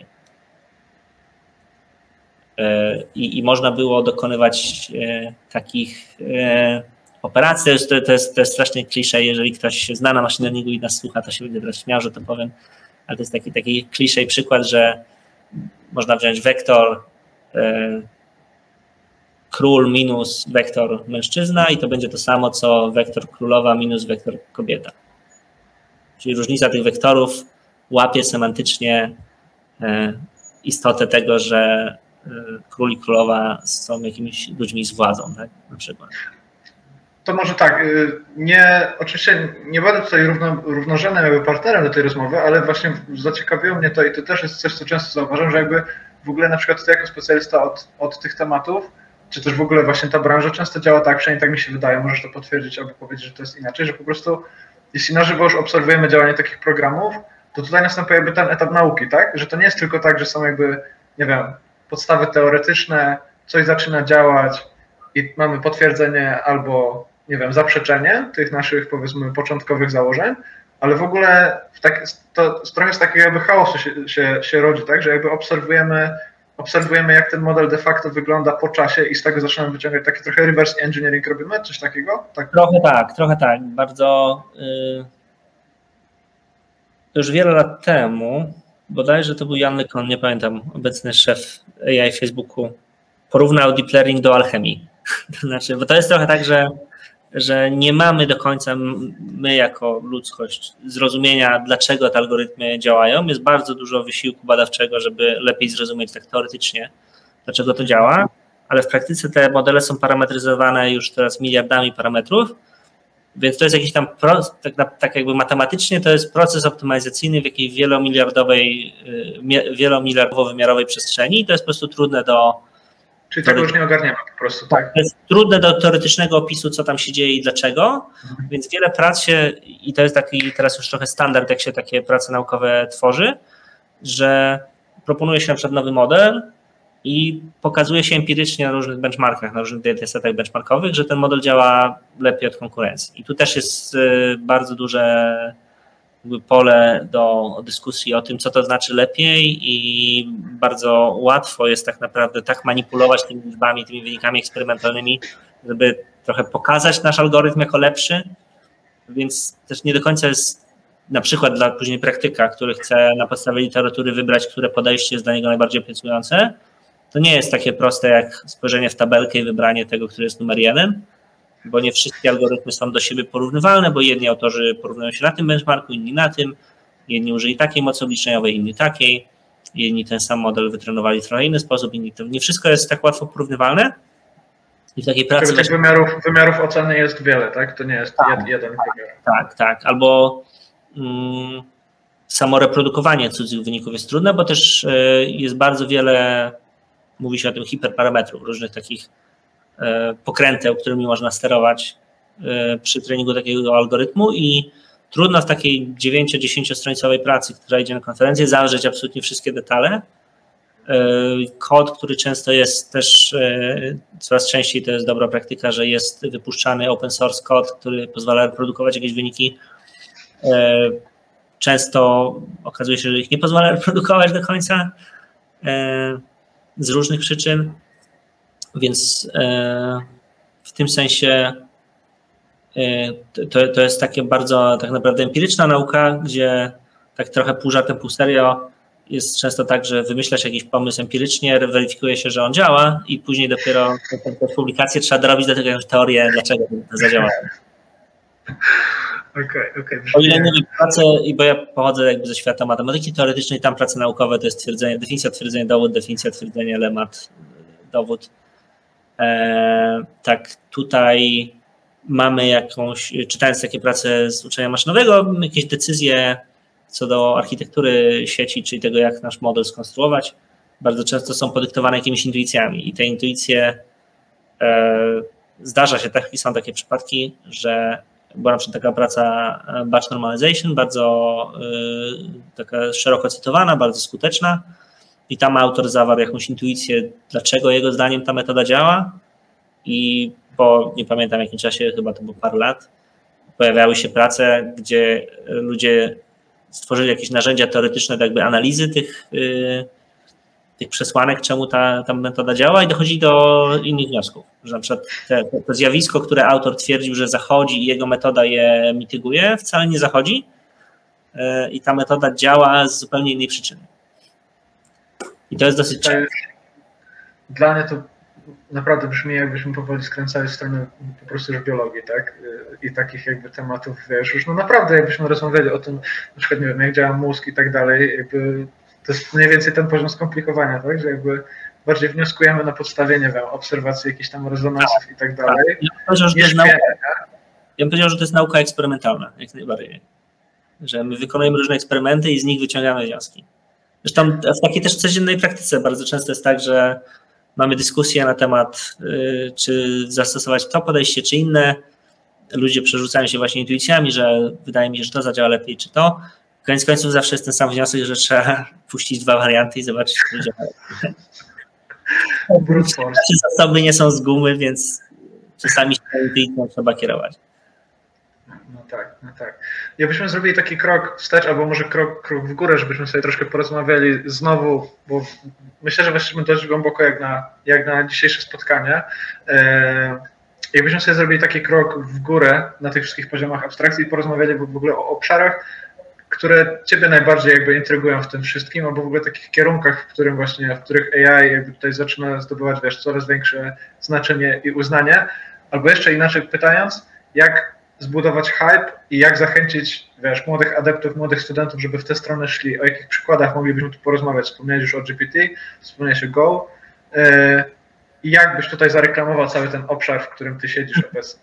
I, i można było dokonywać takich operacji. To jest, to jest, to jest strasznie klisze, jeżeli ktoś się zna na machine learningu i nas słucha, to się będzie teraz śmiał, że to powiem, ale to jest taki, taki klisze i przykład, że można wziąć wektor król minus wektor mężczyzna i to będzie to samo, co wektor królowa minus wektor kobieta. Czyli różnica tych wektorów łapie semantycznie istotę tego, że król i królowa są jakimiś ludźmi z władzą, tak? Na przykład. To może tak, nie, oczywiście nie będę tutaj równo, równorzędnym jakby partnerem do tej rozmowy, ale właśnie zaciekawiło mnie to i to też jest coś, co często zauważam, że jakby w ogóle na przykład ty jako specjalista od, od tych tematów, czy też w ogóle właśnie ta branża często działa tak, przynajmniej tak mi się wydaje, możesz to potwierdzić albo powiedzieć, że to jest inaczej, że po prostu jeśli na żywo już obserwujemy działanie takich programów, to tutaj następuje jakby ten etap nauki, tak? Że to nie jest tylko tak, że są jakby, nie wiem, podstawy teoretyczne, coś zaczyna działać i mamy potwierdzenie albo, nie wiem, zaprzeczenie tych naszych, powiedzmy, początkowych założeń, ale w ogóle w tak, to trochę z takiego jakby chaosu się, się, się rodzi, tak? Że jakby obserwujemy Obserwujemy, jak ten model de facto wygląda po czasie i z tego zaczynamy wyciągać taki trochę reverse engineering robimy, coś takiego? Tak. Trochę tak, trochę tak. Bardzo yy, już wiele lat temu, bodajże to był Jan LeCun, nie pamiętam, obecny szef A I w Facebooku, porównał deep learning do alchemii. To znaczy, bo to jest trochę tak, że, że nie mamy do końca my jako ludzkość zrozumienia, dlaczego te algorytmy działają. Jest bardzo dużo wysiłku badawczego, żeby lepiej zrozumieć tak teoretycznie, dlaczego to działa, ale w praktyce te modele są parametryzowane już teraz miliardami parametrów, więc to jest jakiś tam, pro, tak, tak jakby matematycznie to jest proces optymalizacyjny w jakiejś wielomiliardowej, wielomiliardowo-wymiarowej przestrzeni i to jest po prostu trudne do Czyli tego już nie ogarniamy po prostu, tak? To jest trudne do teoretycznego opisu, co tam się dzieje i dlaczego, mhm. Więc wiele prac się, i to jest taki teraz już trochę standard, jak się takie prace naukowe tworzy, że proponuje się na przykład nowy model i pokazuje się empirycznie na różnych benchmarkach, na różnych datasetach benchmarkowych, że ten model działa lepiej od konkurencji. I tu też jest bardzo duże pole do dyskusji o tym, co to znaczy lepiej i bardzo łatwo jest tak naprawdę tak manipulować tymi liczbami, tymi wynikami eksperymentalnymi, żeby trochę pokazać nasz algorytm jako lepszy, więc też nie do końca jest na przykład dla później praktyka, który chce na podstawie literatury wybrać, które podejście jest dla niego najbardziej obiecujące. To nie jest takie proste jak spojrzenie w tabelkę i wybranie tego, który jest numer jeden, bo nie wszystkie algorytmy są do siebie porównywalne, bo jedni autorzy porównują się na tym benchmarku, inni na tym, jedni użyli takiej mocy obliczeniowej, inni takiej, jedni ten sam model wytrenowali w trochę inny sposób, inni to. Nie wszystko jest tak łatwo porównywalne. I w takiej pracy... Tych właśnie... wymiarów, wymiarów oceny jest wiele, tak? To nie jest tak, jeden tak, wymiar. Tak, tak. Albo mm, samo reprodukowanie cudzych wyników jest trudne, bo też y, jest bardzo wiele, mówi się o tym, hiperparametrów, różnych takich pokręteł, którymi można sterować przy treningu takiego algorytmu i trudno w takiej dziewięcio-dziesięciostronicowej pracy, która idzie na konferencję, zawrzeć absolutnie wszystkie detale. Kod, który często jest też, coraz częściej to jest dobra praktyka, że jest wypuszczany open source kod, który pozwala reprodukować jakieś wyniki. Często okazuje się, że ich nie pozwala reprodukować do końca z różnych przyczyn, więc w tym sensie to, to jest takie bardzo tak naprawdę empiryczna nauka, gdzie tak trochę pół żartem, pół serio jest często tak, że wymyślasz jakiś pomysł empirycznie, weryfikuje się, że on działa i później dopiero tę publikację trzeba dorobić do tego jakąś teorię, dlaczego to zadziałało. Okay, okay. O ile nie wiem, pracę, bo ja pochodzę jakby ze świata matematyki teoretycznej, tam prace naukowe to jest twierdzenie, definicja, twierdzenie, dowód, definicja, twierdzenie, lemat, dowód. E, tak tutaj mamy jakąś, czytając takie prace z uczenia maszynowego, jakieś decyzje co do architektury sieci, czyli tego, jak nasz model skonstruować, bardzo często są podyktowane jakimiś intuicjami i te intuicje e, zdarza się, tak, i są takie przypadki, że była na przykład taka praca batch normalization, bardzo y, taka szeroko cytowana, bardzo skuteczna i tam autor zawarł jakąś intuicję, dlaczego jego zdaniem ta metoda działa i po, nie pamiętam jakim czasie, chyba to było parę lat, pojawiały się prace, gdzie ludzie stworzyli jakieś narzędzia teoretyczne do jakby analizy tych, y, tych przesłanek, czemu ta, ta metoda działa i dochodzi do innych wniosków. Że na przykład te, to zjawisko, które autor twierdził, że zachodzi i jego metoda je mityguje, wcale nie zachodzi y, i ta metoda działa z zupełnie innej przyczyny. I to jest dosyć często. Dla mnie to naprawdę brzmi, jakbyśmy powoli skręcali w stronę po prostu już biologii, tak? I takich jakby tematów, wiesz, już no naprawdę jakbyśmy rozmawiali o tym, na przykład nie wiem, jak działa mózg i tak dalej, jakby to jest mniej więcej ten poziom skomplikowania, tak? Że jakby bardziej wnioskujemy na podstawie, nie wiem, obserwacji jakichś tam rezonansów tak, i tak dalej. Tak. Ja, bym powiedział, że to jest nauka, ja bym powiedział, że to jest nauka eksperymentalna, jak najbardziej. Że my wykonujemy różne eksperymenty i z nich wyciągamy wnioski. Zresztą w takiej też codziennej praktyce bardzo często jest tak, że mamy dyskusję na temat, yy, czy zastosować to podejście, czy inne. Ludzie przerzucają się właśnie intuicjami, że wydaje mi się, że to zadziała lepiej, czy to. Koniec końców zawsze jest ten sam wniosek, że trzeba puścić dwa warianty i zobaczyć, czy działa. Zasoby nie są z gumy, więc czasami się intuicją trzeba kierować. No tak, no tak. Jakbyśmy zrobili taki krok wstecz, albo może krok, krok w górę, żebyśmy sobie troszkę porozmawiali znowu, bo myślę, że weszliśmy dość głęboko jak na, jak na dzisiejsze spotkanie. Jakbyśmy sobie zrobili taki krok w górę na tych wszystkich poziomach abstrakcji i porozmawiali w ogóle o obszarach, które Ciebie najbardziej jakby intrygują w tym wszystkim, albo w ogóle takich kierunkach, w którym właśnie, w których A I jakby tutaj zaczyna zdobywać, wiesz, coraz większe znaczenie i uznanie, albo jeszcze inaczej pytając, jak zbudować hype i jak zachęcić, wiesz, młodych adeptów, młodych studentów, żeby w tę stronę szli. O jakich przykładach moglibyśmy tu porozmawiać? Wspomniałeś już o G P T, wspomniałeś o Go. I jak byś tutaj zareklamował cały ten obszar, w którym ty siedzisz obecnie?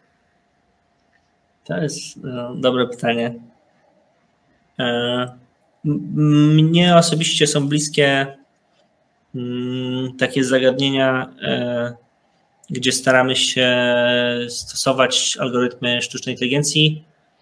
To jest no, dobre pytanie. Mnie osobiście są bliskie takie zagadnienia, gdzie staramy się stosować algorytmy sztucznej inteligencji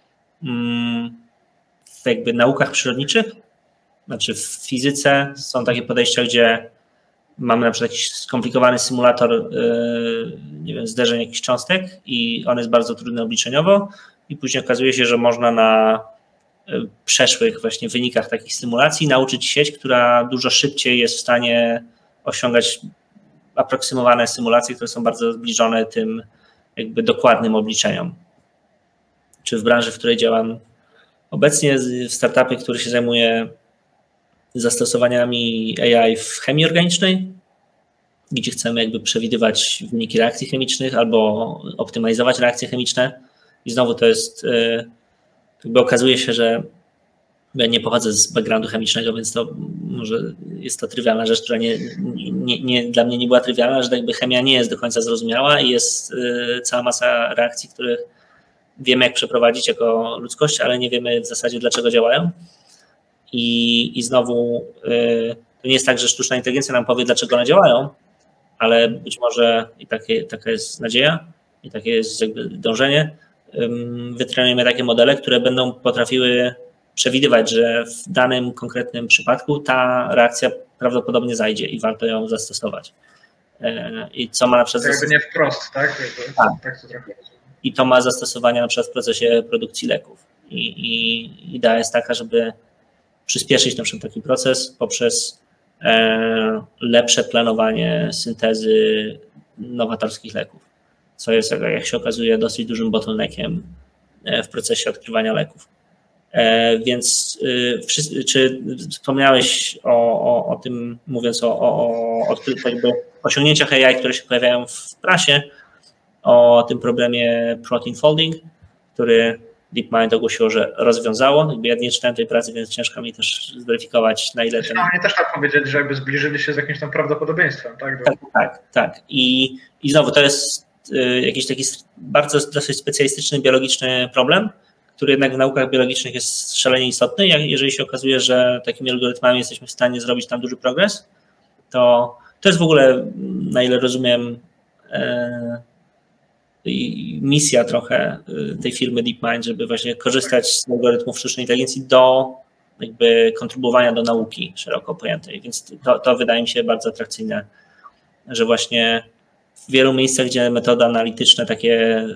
w jakby naukach przyrodniczych. Znaczy w fizyce są takie podejścia, gdzie mamy na przykład jakiś skomplikowany symulator nie wiem, zderzeń jakichś cząstek i on jest bardzo trudny obliczeniowo i później okazuje się, że można na przeszłych właśnie wynikach takich symulacji nauczyć sieć, która dużo szybciej jest w stanie osiągać aproksymowane symulacje, które są bardzo zbliżone tym jakby dokładnym obliczeniom. Czy w branży, w której działam obecnie, w startupie, który się zajmuje zastosowaniami A I w chemii organicznej, gdzie chcemy jakby przewidywać wyniki reakcji chemicznych albo optymalizować reakcje chemiczne. I znowu to jest, jakby okazuje się, że ja nie pochodzę z backgroundu chemicznego, więc to może jest to trywialna rzecz, która nie, nie, nie, dla mnie nie była trywialna, że jakby chemia nie jest do końca zrozumiała i jest cała masa reakcji, których wiemy jak przeprowadzić jako ludzkość, ale nie wiemy w zasadzie dlaczego działają. I, i znowu to nie jest tak, że sztuczna inteligencja nam powie dlaczego one działają, ale być może i takie, taka jest nadzieja i takie jest jakby dążenie, wytrenujemy takie modele, które będą potrafiły przewidywać, że w danym konkretnym przypadku ta reakcja prawdopodobnie zajdzie i warto ją zastosować. I co ma na przykład... To jakby nie wprost, tak? Jakby, tak. tak to trochę rozumiem. I to ma zastosowanie na przykład w procesie produkcji leków. I, i idea jest taka, żeby przyspieszyć na przykład taki proces poprzez e, lepsze planowanie syntezy nowatorskich leków, co jest, jak się okazuje, dosyć dużym bottleneckiem w procesie odkrywania leków. E, więc y, czy wspomniałeś o, o, o tym, mówiąc o, o, o jakby osiągnięciach A I, które się pojawiają w prasie, o tym problemie protein folding, który DeepMind ogłosiło, że rozwiązało. Jakby ja nie czytałem tej pracy, więc ciężko mi też zweryfikować, na ile ten... No, mnie też tak powiedzieć, że jakby zbliżyli się z jakimś tam prawdopodobieństwem, tak? Tak, tak, tak. I, i znowu to jest y, jakiś taki bardzo dosyć specjalistyczny, biologiczny problem, który jednak w naukach biologicznych jest szalenie istotny. Jeżeli się okazuje, że takimi algorytmami jesteśmy w stanie zrobić tam duży progres, to to jest w ogóle, na ile rozumiem, y, misja trochę tej firmy DeepMind, żeby właśnie korzystać z algorytmów sztucznej inteligencji do jakby kontrybuowania do nauki szeroko pojętej, więc to, to wydaje mi się bardzo atrakcyjne, że właśnie w wielu miejscach, gdzie metody analityczne takie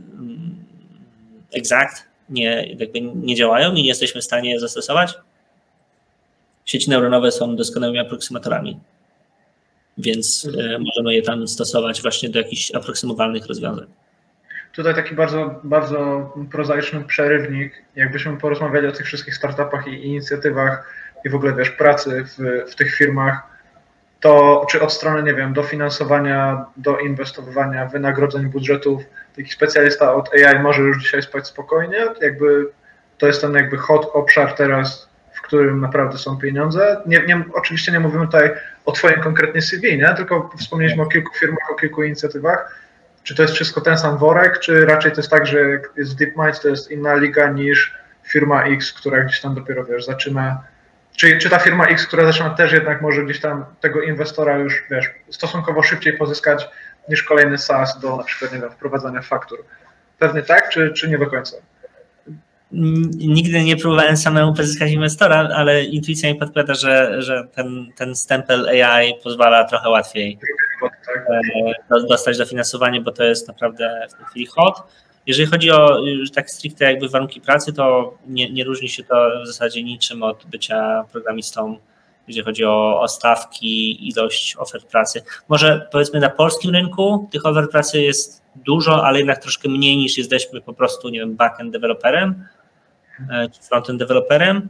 exact nie, jakby nie działają i nie jesteśmy w stanie je zastosować, sieci neuronowe są doskonałymi aproksymatorami, więc możemy je tam stosować właśnie do jakichś aproksymowalnych rozwiązań. Tutaj taki bardzo, bardzo prozaiczny przerywnik, jakbyśmy porozmawiali o tych wszystkich startupach i inicjatywach i w ogóle, wiesz, pracy w, w tych firmach, to czy od strony, nie wiem, dofinansowania, do inwestowania, wynagrodzeń, budżetów, taki specjalista od A I może już dzisiaj spać spokojnie, jakby to jest ten jakby hot obszar teraz, w którym naprawdę są pieniądze. Nie, nie, oczywiście nie mówimy tutaj o twoim konkretnie C V, nie? Tylko wspomnieliśmy o kilku firmach, o kilku inicjatywach. Czy to jest wszystko ten sam worek, czy raczej to jest tak, że jak jest DeepMind, to jest inna liga niż firma X, która gdzieś tam dopiero, wiesz, zaczyna, czy, czy ta firma X, która zaczyna też jednak może gdzieś tam tego inwestora już, wiesz, stosunkowo szybciej pozyskać niż kolejny SaaS do na przykład, nie wiem, wprowadzania faktur. Pewnie tak, czy, czy nie do końca? Nigdy nie próbowałem samemu pozyskać inwestora, ale intuicja mi podpowiada, że, że ten, ten stempel A I pozwala trochę łatwiej tak. dostać dofinansowanie, bo to jest naprawdę w tej chwili hot. Jeżeli chodzi o tak stricte jakby warunki pracy, to nie, nie różni się to w zasadzie niczym od bycia programistą, jeżeli chodzi o, o stawki, ilość ofert pracy. Może powiedzmy na polskim rynku tych ofert pracy jest dużo, ale jednak troszkę mniej niż jesteśmy po prostu, nie wiem, backend deweloperem czy frontend deweloperem,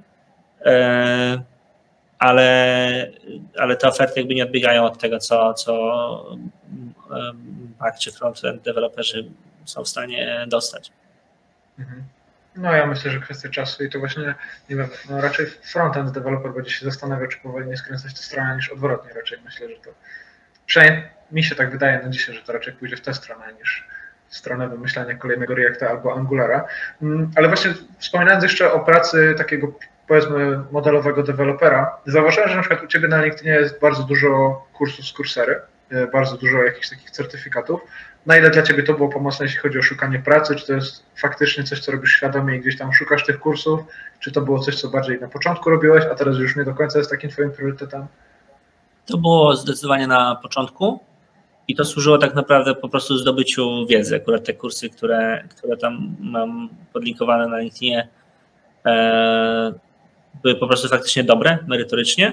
ale, ale te oferty jakby nie odbiegają od tego, co, co back czy frontend deweloperzy są w stanie dostać. No ja myślę, że kwestia czasu i to właśnie, nie wiem, no raczej frontend deweloper będzie się zastanawiał, czy powoli nie skręcać tę stronę niż odwrotnie. Raczej myślę, że to, przynajmniej mi się tak wydaje na dzisiaj, że to raczej pójdzie w tę stronę niż w stronę wymyślania kolejnego Reacta albo Angulara. Ale właśnie wspominając jeszcze o pracy takiego, powiedzmy, modelowego dewelopera, zauważyłem, że na przykład u Ciebie na LinkedInie jest bardzo dużo kursów z Coursera, bardzo dużo jakichś takich certyfikatów. Na ile dla Ciebie to było pomocne, jeśli chodzi o szukanie pracy? Czy to jest faktycznie coś, co robisz świadomie i gdzieś tam szukasz tych kursów? Czy to było coś, co bardziej na początku robiłeś, a teraz już nie do końca jest takim Twoim priorytetem? To było zdecydowanie na początku i to służyło tak naprawdę po prostu zdobyciu wiedzy. Akurat te kursy, które, które tam mam podlinkowane na LinkedInie, e, były po prostu faktycznie dobre, merytorycznie.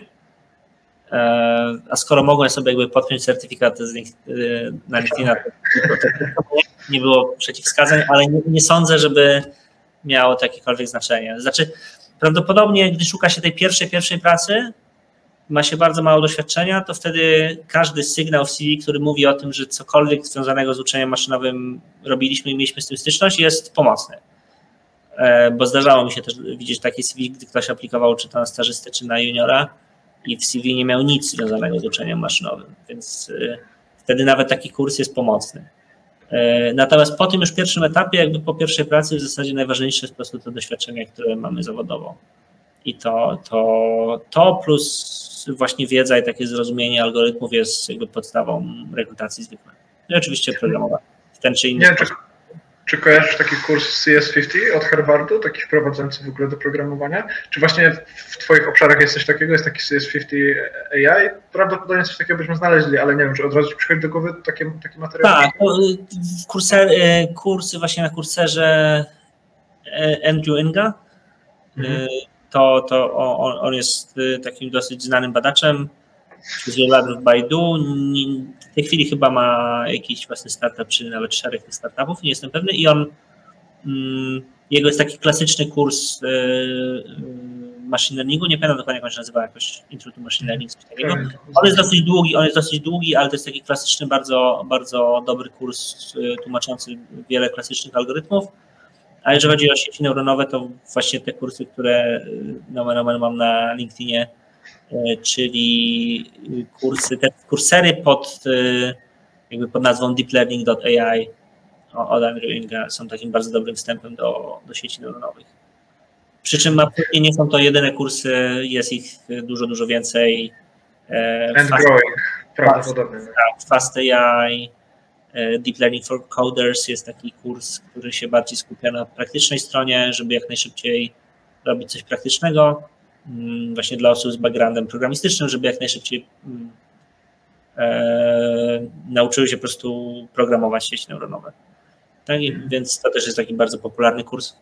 A skoro mogłem sobie jakby podpiąć certyfikat z na LinkedIna, to nie było przeciwwskazań, ale nie, nie sądzę, żeby miało to jakiekolwiek znaczenie. Znaczy, prawdopodobnie, gdy szuka się tej pierwszej, pierwszej pracy, ma się bardzo mało doświadczenia, to wtedy każdy sygnał w C V, który mówi o tym, że cokolwiek związanego z uczeniem maszynowym robiliśmy i mieliśmy z tym styczność, jest pomocny. Bo zdarzało mi się też widzieć takie C V, gdy ktoś aplikował czy to na stażystę, czy na juniora, i w C V nie miał nic związanego z uczeniem maszynowym, więc y, wtedy nawet taki kurs jest pomocny. Y, natomiast po tym już pierwszym etapie, jakby po pierwszej pracy, w zasadzie najważniejsze jest po prostu to doświadczenie, które mamy zawodowo. I to, to, to plus właśnie wiedza i takie zrozumienie algorytmów jest jakby podstawą rekrutacji zwykłej. I oczywiście programowanie w ten czy inny nie, sposób. Czy, Czy kojarzysz taki kurs C S pięćdziesiąt od Harvardu, taki wprowadzający w ogóle do programowania? Czy właśnie w Twoich obszarach jest coś takiego, jest taki C S pięćdziesiąt A I? Prawdopodobnie coś takiego byśmy znaleźli, ale nie wiem, czy od razu Ci przychodzi do głowy takie, takie materiały? Tak, kurser, kursy właśnie na kurserze Andrew Nga, mhm. to, to on, on jest takim dosyć znanym badaczem, przez wiele lat w Baidu. W tej chwili chyba ma jakiś własny startup, czy nawet szereg tych startupów, nie jestem pewny. I on, jego jest taki klasyczny kurs machine learningu, nie pamiętam dokładnie jak on się nazywa, jakoś Intro to Machine Learning, coś takiego. On jest dosyć długi, on jest dosyć długi, ale to jest taki klasyczny, bardzo, bardzo dobry kurs tłumaczący wiele klasycznych algorytmów. A jeżeli chodzi o sieci neuronowe, to właśnie te kursy, które nomen omen mam na LinkedInie, czyli kursy, te kursery pod, jakby pod nazwą deep learning dot A I od Andrew Nga są takim bardzo dobrym wstępem do, do sieci neuronowych. Przy czym absolutnie nie są to jedyne kursy, jest ich dużo, dużo więcej. And fast, growing, prawdopodobnie. Tak, Fast A I, Deep Learning for Coders jest taki kurs, który się bardziej skupia na praktycznej stronie, żeby jak najszybciej robić coś praktycznego. Właśnie dla osób z backgroundem programistycznym, żeby jak najszybciej e, nauczyły się po prostu programować sieci neuronowe. Tak? I, więc to też jest taki bardzo popularny kurs.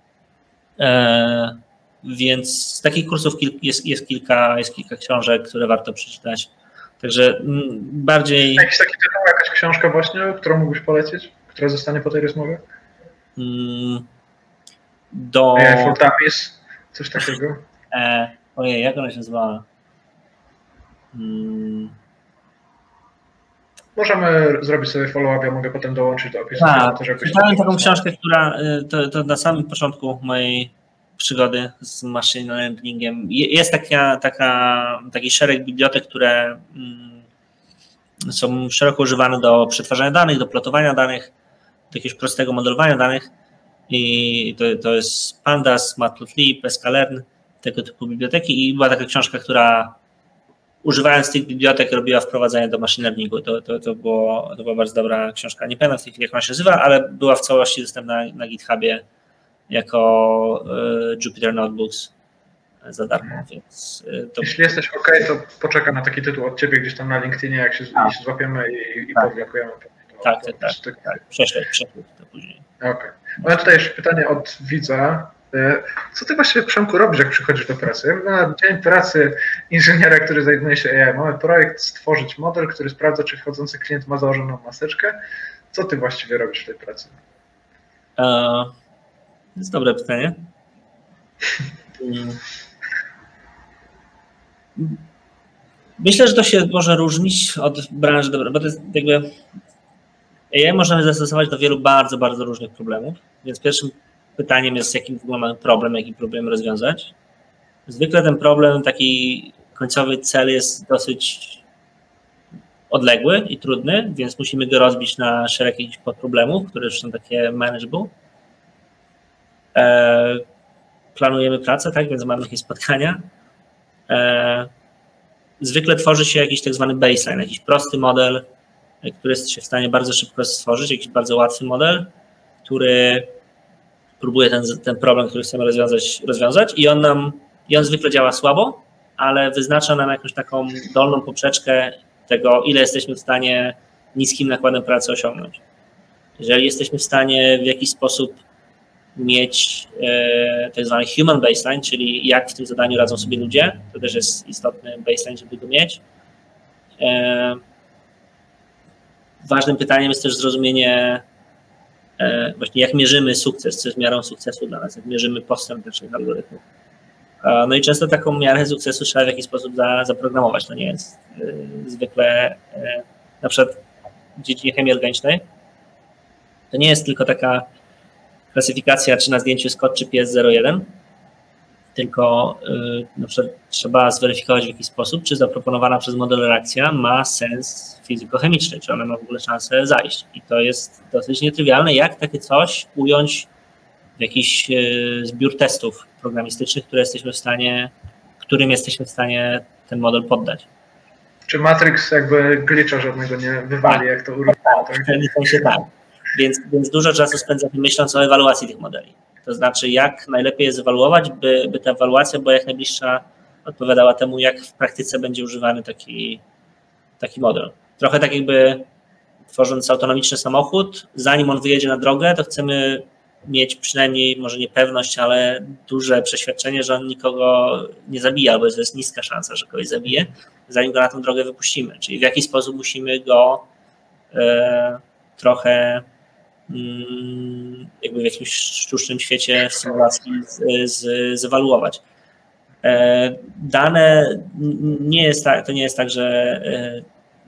E, więc z takich kursów kil, jest, jest, kilka, jest kilka książek, które warto przeczytać. Także m, bardziej... Jakiś taki tytuł, jakaś książka właśnie, którą mógłbyś polecić, która zostanie po tej rozmowie? Mm, do... For Dummies, coś takiego? E, ojej, jak ona się nazywała? Hmm. Możemy zrobić sobie follow-up, ja mogę potem dołączyć do opisu. Tak, czytałem taką książkę, która to, to na samym początku mojej przygody z machine learningiem. Jest taka, taka, taki szereg bibliotek, które mm, są szeroko używane do przetwarzania danych, do plotowania danych, do jakiegoś prostego modelowania danych. I to, to jest Pandas, Matplotlib, sklearn, tego typu biblioteki. I była taka książka, która używając tych bibliotek robiła wprowadzenie do machine learningu. To, to, to, było, to była bardzo dobra książka. Nie pamiętam w tej chwili, jak ona się nazywa, ale była w całości dostępna na GitHubie jako y, Jupyter Notebooks za darmo. Więc, y, to... Jeśli jesteś OK, to poczekam na taki tytuł od Ciebie gdzieś tam na LinkedInie, jak się, jak się złapiemy i, i tak. podlinkujemy. Tak, tak, tak, tak, tak. Prześlę, prześlę to później. Okej. Okay. Mamy tutaj jeszcze pytanie od widza. Co ty właściwie, Przemku, robisz, jak przychodzisz do pracy? Na dzień pracy inżyniera, który zajmuje się A I, mamy projekt stworzyć model, który sprawdza, czy wchodzący klient ma założoną maseczkę. Co ty właściwie robisz w tej pracy? Uh, to jest dobre pytanie. Myślę, że to się może różnić od branży do branży, bo to jest jakby A I możemy zastosować do wielu bardzo, bardzo różnych problemów, więc pierwszym pytaniem jest, jaki w ogóle mamy problem, jaki problem rozwiązać. Zwykle ten problem, taki końcowy cel jest dosyć odległy i trudny, więc musimy go rozbić na szereg jakichś podproblemów, które już są takie manageable. E, planujemy pracę, tak, więc mamy jakieś spotkania. E, zwykle tworzy się jakiś tak zwany baseline, jakiś prosty model, który jest się w stanie bardzo szybko stworzyć, jakiś bardzo łatwy model, który próbuje ten, ten problem, który chcemy rozwiązać, rozwiązać i on nam, i on zwykle działa słabo, ale wyznacza nam jakąś taką dolną poprzeczkę tego, ile jesteśmy w stanie niskim nakładem pracy osiągnąć. Jeżeli jesteśmy w stanie w jakiś sposób mieć e, tak zwany human baseline, czyli jak w tym zadaniu radzą sobie ludzie, to też jest istotny baseline, żeby go mieć. E, ważnym pytaniem jest też zrozumienie e, właśnie jak mierzymy sukces, co jest miarą sukcesu dla nas, jak mierzymy postęp naszych algorytmów. E, no i często taką miarę sukcesu trzeba w jakiś sposób za, zaprogramować. To nie jest e, zwykle e, na przykład w dziedzinie chemii organicznej. To nie jest tylko taka klasyfikacja, czy na zdjęciu jest kot, czy pies zero jeden, tylko yy, na przykład trzeba zweryfikować w jakiś sposób, czy zaproponowana przez model reakcja ma sens fizykochemiczny, czy ona ma w ogóle szansę zajść. I to jest dosyć nietrywialne, jak takie coś ująć w jakiś yy, zbiór testów programistycznych, które jesteśmy w stanie, którym jesteśmy w stanie ten model poddać. Czy Matrix jakby glitcha żadnego nie wywali, tak, jak to uruchomiło? Tak, w pewnym sensie tak. Więc, więc dużo czasu spędzamy myśląc o ewaluacji tych modeli. To znaczy, jak najlepiej je zewaluować, by, by ta ewaluacja była jak najbliższa odpowiadała temu, jak w praktyce będzie używany taki, taki model. Trochę tak jakby tworząc autonomiczny samochód, zanim on wyjedzie na drogę, to chcemy mieć przynajmniej, może nie pewność, ale duże przeświadczenie, że on nikogo nie zabije, albo jest niska szansa, że kogoś zabije, zanim go na tę drogę wypuścimy. Czyli w jaki sposób musimy go e, trochę mm, jakby w jakimś sztucznym świecie w symulacji z, z, zewaluować. E, dane nie jest tak, to nie jest tak, że e,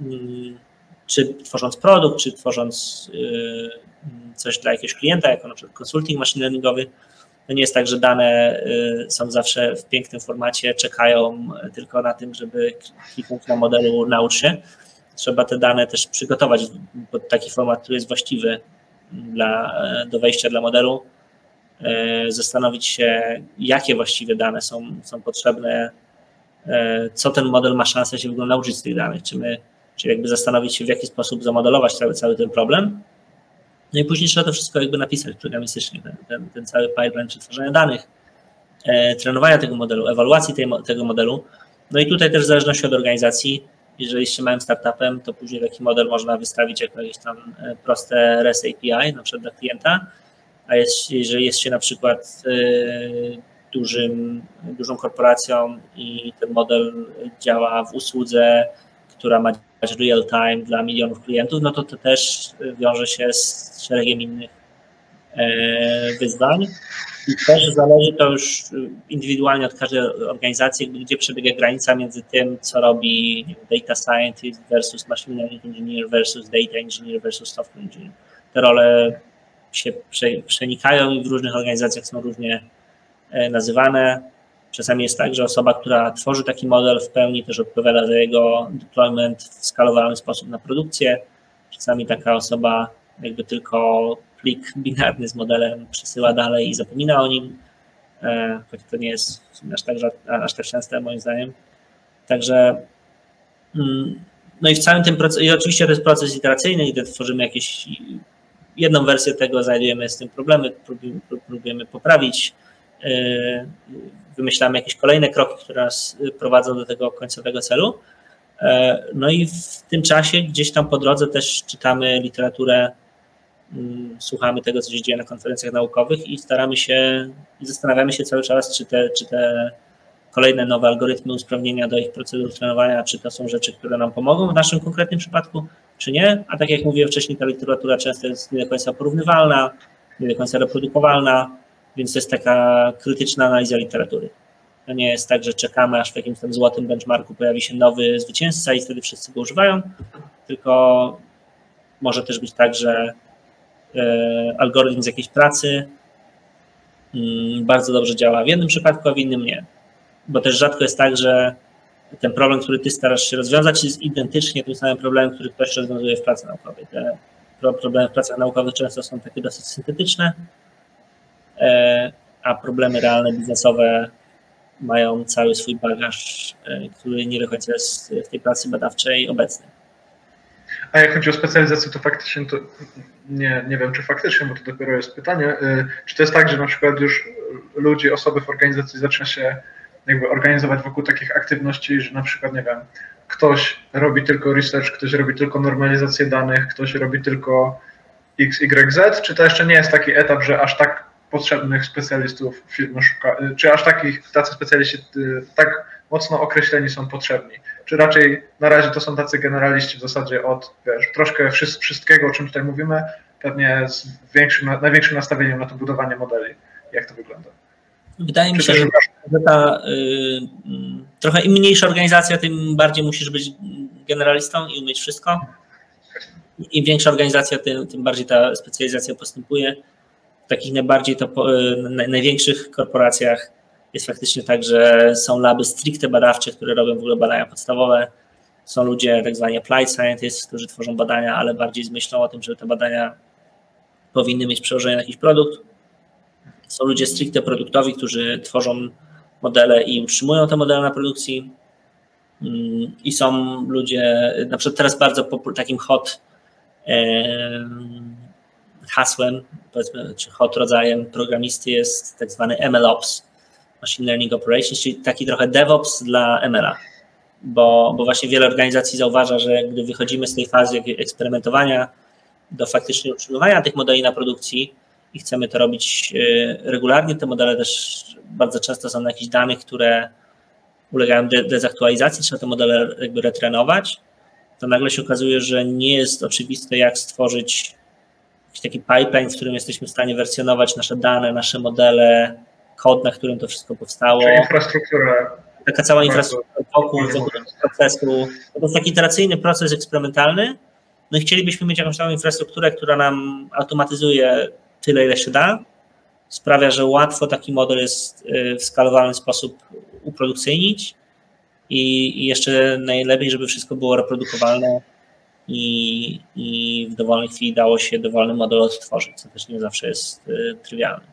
czy tworząc produkt, czy tworząc coś dla jakiegoś klienta, jako na przykład consulting machine learningowy, to nie jest tak, że dane są zawsze w pięknym formacie, czekają tylko na tym, żeby kliknąć na modelu naucz się. Trzeba te dane też przygotować pod taki format, który jest właściwy dla, do wejścia dla modelu, zastanowić się, jakie właściwie dane są, są potrzebne, co ten model ma szansę się w ogóle nauczyć z tych danych, czy my Czyli jakby zastanowić się, w jaki sposób zamodelować cały, cały ten problem. No i później trzeba to wszystko jakby napisać programistycznie, ten, ten, ten cały pipeline przetwarzania danych, e, trenowania tego modelu, ewaluacji tej, tego modelu. No i tutaj też w zależności od organizacji, jeżeli jesteście małym startupem, to później taki model można wystawić jako jakieś tam proste REST A P I, na przykład dla klienta, a jest, jeżeli jest się na przykład e, dużym, dużą korporacją i ten model działa w usłudze, która ma real time dla milionów klientów, no to to też wiąże się z szeregiem innych wyzwań i też zależy to już indywidualnie od każdej organizacji, gdzie przebiega granica między tym, co robi data scientist versus machine learning engineer versus data engineer versus software engineer. Te role się przenikają i w różnych organizacjach są różnie nazywane. Czasami jest tak, że osoba, która tworzy taki model, w pełni też odpowiada za jego deployment w skalowalny sposób na produkcję. Czasami taka osoba jakby tylko plik binarny z modelem przesyła dalej i zapomina o nim, choć to nie jest aż tak, aż tak częste moim zdaniem. Także no i w całym tym procesie, i oczywiście to jest proces iteracyjny, gdy tworzymy jakieś jedną wersję tego, znajdujemy z tym problemy, próbujemy, próbujemy poprawić, wymyślamy jakieś kolejne kroki, które nas prowadzą do tego końcowego celu. No i w tym czasie gdzieś tam po drodze też czytamy literaturę, słuchamy tego, co się dzieje na konferencjach naukowych i staramy się i zastanawiamy się cały czas, czy te, czy te kolejne nowe algorytmy, usprawnienia do ich procedur trenowania, czy to są rzeczy, które nam pomogą w naszym konkretnym przypadku, czy nie. A tak jak mówiłem wcześniej, ta literatura często jest nie do końca porównywalna, nie do końca reprodukowalna, więc to jest taka krytyczna analiza literatury. To nie jest tak, że czekamy, aż w jakimś tam złotym benchmarku pojawi się nowy zwycięzca i wtedy wszyscy go używają, tylko może też być tak, że algorytm z jakiejś pracy bardzo dobrze działa w jednym przypadku, a w innym nie. Bo też rzadko jest tak, że ten problem, który ty starasz się rozwiązać, jest identycznie tym samym problemem, który ktoś rozwiązuje w pracy naukowej. Te problemy w pracach naukowych często są takie dosyć syntetyczne, a problemy realne, biznesowe mają cały swój bagaż, który nie do końca jest w tej pracy badawczej obecny. A jak chodzi o specjalizację, to faktycznie to nie, nie wiem, czy faktycznie, bo to dopiero jest pytanie, czy to jest tak, że na przykład już ludzi, osoby w organizacji zaczyna się jakby organizować wokół takich aktywności, że na przykład, nie wiem, ktoś robi tylko research, ktoś robi tylko normalizację danych, ktoś robi tylko X, Y, Z, czy to jeszcze nie jest taki etap, że aż tak potrzebnych specjalistów firmy szuka, czy aż takich, tacy specjaliści tak mocno określeni są potrzebni? Czy raczej na razie to są tacy generaliści w zasadzie od, wiesz, troszkę wszystkiego, o czym tutaj mówimy, pewnie z większym, największym nastawieniem na to budowanie modeli. Jak to wygląda? Wydaje mi się, że ta y, trochę im mniejsza organizacja, tym bardziej musisz być generalistą i umieć wszystko. Im większa organizacja, tym, tym bardziej ta specjalizacja postępuje. W takich najbardziej to, y, największych korporacjach jest faktycznie tak, że są laby stricte badawcze, które robią w ogóle badania podstawowe. Są ludzie tak zwani applied scientists, którzy tworzą badania, ale bardziej z myślą o tym, że te badania powinny mieć przełożenie na jakiś produkt. Są ludzie stricte produktowi, którzy tworzą modele i utrzymują te modele na produkcji. I są ludzie, na przykład teraz bardzo takim hot hasłem, powiedzmy, czy hot rodzajem programisty jest tak zwany M L Ops, Machine Learning Operations, czyli taki trochę DevOps dla M L a, bo, bo właśnie wiele organizacji zauważa, że gdy wychodzimy z tej fazy eksperymentowania do faktycznie utrzymywania tych modeli na produkcji i chcemy to robić regularnie, te modele też bardzo często są na jakichś danych, które ulegają de- dezaktualizacji, trzeba te modele jakby retrenować, to nagle się okazuje, że nie jest oczywiste, jak stworzyć jakiś taki pipeline, w którym jesteśmy w stanie wersjonować nasze dane, nasze modele, kod, na którym to wszystko powstało. Czyli infrastruktura. Taka cała infrastruktura wokół procesu. To jest taki iteracyjny proces eksperymentalny. No i chcielibyśmy mieć jakąś taką infrastrukturę, która nam automatyzuje tyle, ile się da, sprawia, że łatwo taki model jest w skalowalny sposób uprodukcyjnić i, i jeszcze najlepiej, żeby wszystko było reprodukowalne i, i w dowolnej chwili dało się dowolny model odtworzyć, co też nie zawsze jest y, trywialne.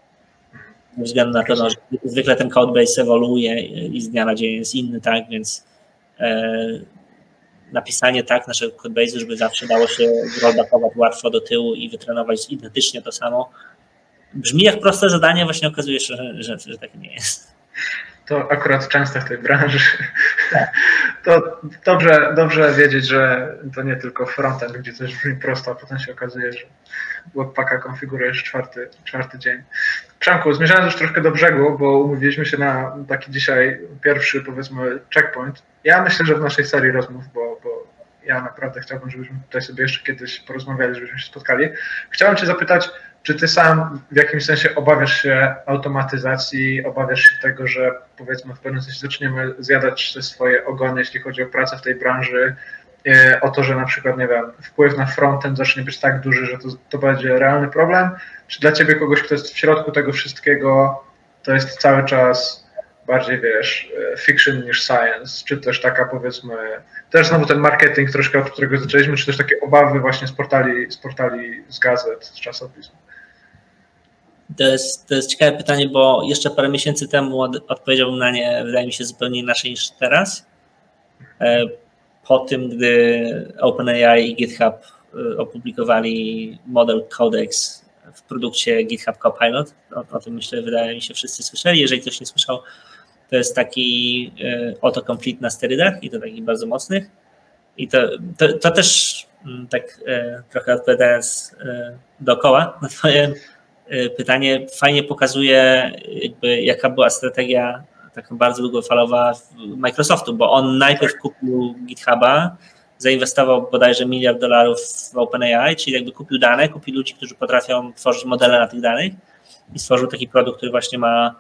Ze względu na to, no, że zwykle ten codebase ewoluuje i z dnia na dzień jest inny, tak, więc e, napisanie tak naszego codebase'u, żeby zawsze dało się rollbackować łatwo do tyłu i wytrenować identycznie to samo, brzmi jak proste zadanie, właśnie okazuje się, że, że, że tak nie jest. To akurat często w tej branży. To dobrze, dobrze wiedzieć, że to nie tylko frontend, gdzie coś brzmi prosto, a potem się okazuje, że webpacka konfigurujesz czwarty, czwarty dzień. Przemku, zmierzając już troszkę do brzegu, bo umówiliśmy się na taki dzisiaj pierwszy, powiedzmy, checkpoint. Ja myślę, że w naszej serii rozmów, bo, bo ja naprawdę chciałbym, żebyśmy tutaj sobie jeszcze kiedyś porozmawiali, żebyśmy się spotkali. Chciałem Cię zapytać, czy Ty sam w jakimś sensie obawiasz się automatyzacji, obawiasz się tego, że powiedzmy w pewnym sensie zaczniemy zjadać te swoje ogony, jeśli chodzi o pracę w tej branży, o to, że na przykład, nie wiem, wpływ na frontend zacznie być tak duży, że to, to będzie realny problem? Czy dla Ciebie kogoś, kto jest w środku tego wszystkiego, to jest cały czas bardziej, wiesz, fiction niż science, czy też taka, powiedzmy, też znowu ten marketing troszkę, od którego zaczęliśmy, czy też takie obawy właśnie z portali, z portali, z gazet, z czasopism? To jest, to jest ciekawe pytanie, bo jeszcze parę miesięcy temu odpowiedziałbym na nie, wydaje mi się, zupełnie inaczej niż teraz. Po tym, gdy OpenAI i GitHub opublikowali model Codex w produkcie GitHub Copilot, o, o tym myślę, wydaje mi się, wszyscy słyszeli. Jeżeli ktoś nie słyszał, to jest taki autocomplete na sterydach i to takich bardzo mocnych. I to, to, to też tak trochę odpowiadając dookoła na twoje pytanie, fajnie pokazuje, jakby, jaka była strategia taka bardzo długofalowa Microsoftu, bo on najpierw kupił GitHuba, zainwestował bodajże miliard dolarów w OpenAI, czyli jakby kupił dane, kupił ludzi, którzy potrafią tworzyć modele na tych danych i stworzył taki produkt, który właśnie ma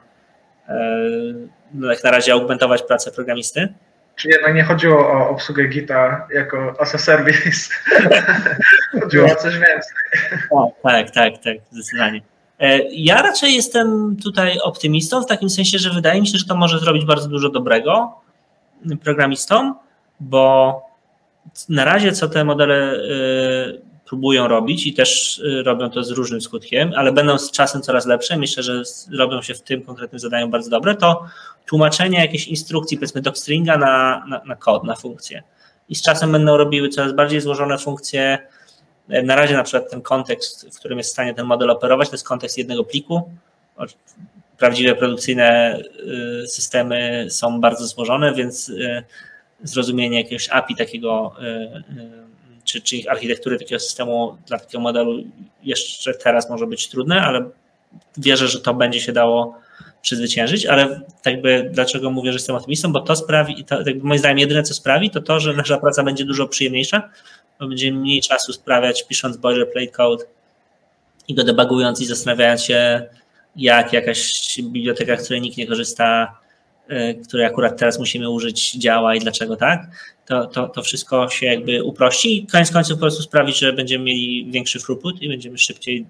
no, jak na razie augmentować pracę programisty. Czyli jednak nie chodziło o obsługę Gita jako as a service, chodziło o coś więcej. Tak, tak, tak, zdecydowanie. Ja raczej jestem tutaj optymistą w takim sensie, że wydaje mi się, że to może zrobić bardzo dużo dobrego programistom, bo na razie co te modele próbują robić i też robią to z różnym skutkiem, ale będą z czasem coraz lepsze, myślę, że robią się w tym konkretnym zadaniu bardzo dobre, to tłumaczenie jakiejś instrukcji, powiedzmy docstringa na, na, na kod, na funkcję. I z czasem będą robiły coraz bardziej złożone funkcje. Na razie na przykład ten kontekst, w którym jest w stanie ten model operować, to jest kontekst jednego pliku. Prawdziwe produkcyjne systemy są bardzo złożone, więc zrozumienie jakiegoś A P I takiego, czy, czy architektury takiego systemu dla takiego modelu jeszcze teraz może być trudne, ale wierzę, że to będzie się dało przezwyciężyć, ale tak by dlaczego mówię, że jestem optymistą, bo to sprawi, i to, tak moim zdaniem jedyne co sprawi, to to, że nasza praca będzie dużo przyjemniejsza, bo będziemy mniej czasu sprawiać pisząc boilerplate code i go debugując i zastanawiając się, jak jakaś biblioteka, z której nikt nie korzysta, której akurat teraz musimy użyć, działa i dlaczego tak, to, to, to wszystko się jakby uprości i koniec końców po prostu sprawić, że będziemy mieli większy throughput i będziemy szybciej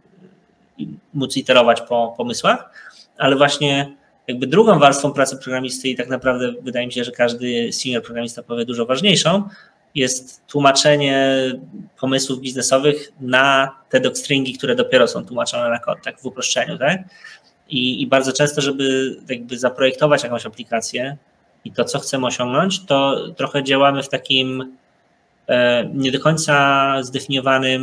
móc iterować po pomysłach, ale właśnie jakby drugą warstwą pracy programisty i tak naprawdę wydaje mi się, że każdy senior programista powie dużo ważniejszą, jest tłumaczenie pomysłów biznesowych na te docstringi, które dopiero są tłumaczone na kod, tak w uproszczeniu, tak? I, i bardzo często, żeby jakby zaprojektować jakąś aplikację i to, co chcemy osiągnąć, to trochę działamy w takim nie do końca zdefiniowanym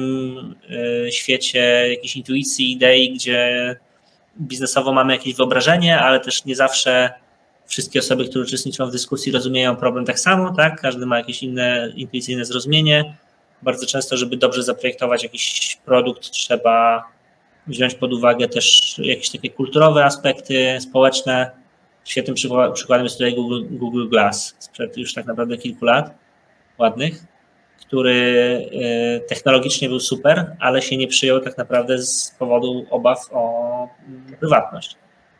świecie jakiejś intuicji, idei, gdzie biznesowo mamy jakieś wyobrażenie, ale też nie zawsze wszystkie osoby, które uczestniczą w dyskusji, rozumieją problem tak samo, tak? Każdy ma jakieś inne intuicyjne zrozumienie. Bardzo często, żeby dobrze zaprojektować jakiś produkt, trzeba wziąć pod uwagę też jakieś takie kulturowe aspekty, społeczne. Świetnym przykładem jest tutaj Google, Google Glass sprzed już tak naprawdę kilku lat ładnych, który technologicznie był super, ale się nie przyjął tak naprawdę z powodu obaw o prywatność.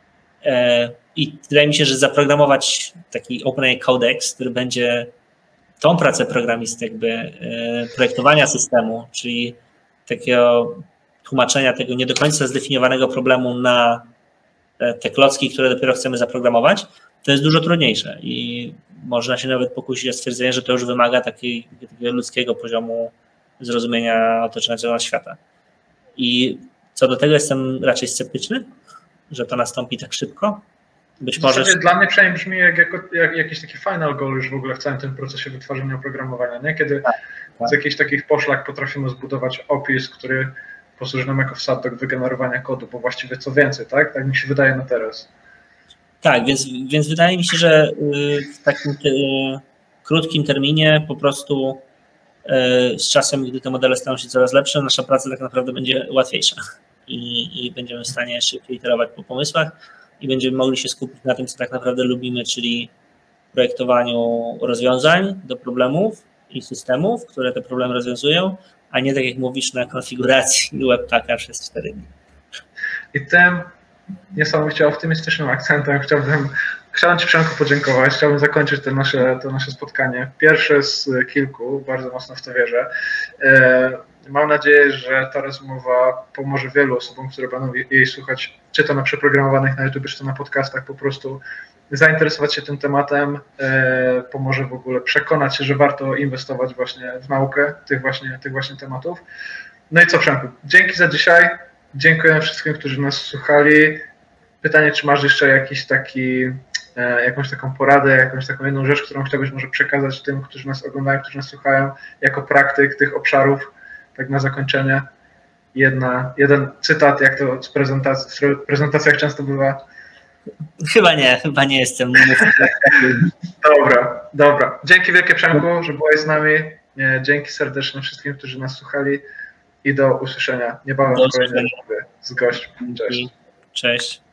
I wydaje mi się, że zaprogramować taki OpenAI Codex, który będzie tą pracę programisty, jakby projektowania systemu, czyli takiego tłumaczenia tego nie do końca zdefiniowanego problemu na te klocki, które dopiero chcemy zaprogramować, to jest dużo trudniejsze i można się nawet pokusić o stwierdzenie, że to już wymaga takiej, takiego ludzkiego poziomu zrozumienia otaczającego nas świata. I co do tego jestem raczej sceptyczny, że to nastąpi tak szybko. Być w może... Dla mnie przynajmniej brzmi jak, jako, jak jakiś taki final goal już w ogóle w całym tym procesie wytwarzania oprogramowania, nie? Kiedy tak, tak. z jakichś takich poszlak potrafimy zbudować opis, który posłuży nam jako wsad do wygenerowania kodu, bo właściwie co więcej, tak? Tak mi się wydaje na teraz. Tak, więc, więc wydaje mi się, że w takim te, krótkim terminie po prostu z czasem, gdy te modele staną się coraz lepsze, nasza praca tak naprawdę będzie łatwiejsza i, i będziemy w stanie szybciej iterować po pomysłach i będziemy mogli się skupić na tym, co tak naprawdę lubimy, czyli projektowaniu rozwiązań do problemów i systemów, które te problemy rozwiązują, a nie tak jak mówisz na konfiguracji webpacka przez cztery dni. I tym niesamowicie optymistycznym akcentem chciałbym, chciałbym Ci, Przemku, podziękować. Chciałbym zakończyć to nasze, to nasze spotkanie. Pierwsze z kilku, bardzo mocno w to wierzę. Mam nadzieję, że ta rozmowa pomoże wielu osobom, które będą jej słuchać, czy to na przeprogramowanych na YouTube, czy to na podcastach, po prostu zainteresować się tym tematem, pomoże w ogóle przekonać się, że warto inwestować właśnie w naukę tych właśnie, tych właśnie tematów. No i co, Przemku, dzięki za dzisiaj. Dziękuję wszystkim, którzy nas słuchali. Pytanie, czy masz jeszcze jakiś taki, jakąś taką poradę, jakąś taką jedną rzecz, którą chciałbyś może przekazać tym, którzy nas oglądają, którzy nas słuchają, jako praktyk tych obszarów, tak na zakończenie. Jedna, jeden cytat, jak to z prezentacji, w prezentacjach często bywa. Chyba nie, chyba nie jestem. Dobra, dobra. Dzięki wielkie, Przemku, że byłeś z nami. Dzięki serdeczne wszystkim, którzy nas słuchali i do usłyszenia niebawem w kolejnej rozmowie z gośćmi. Cześć. Cześć.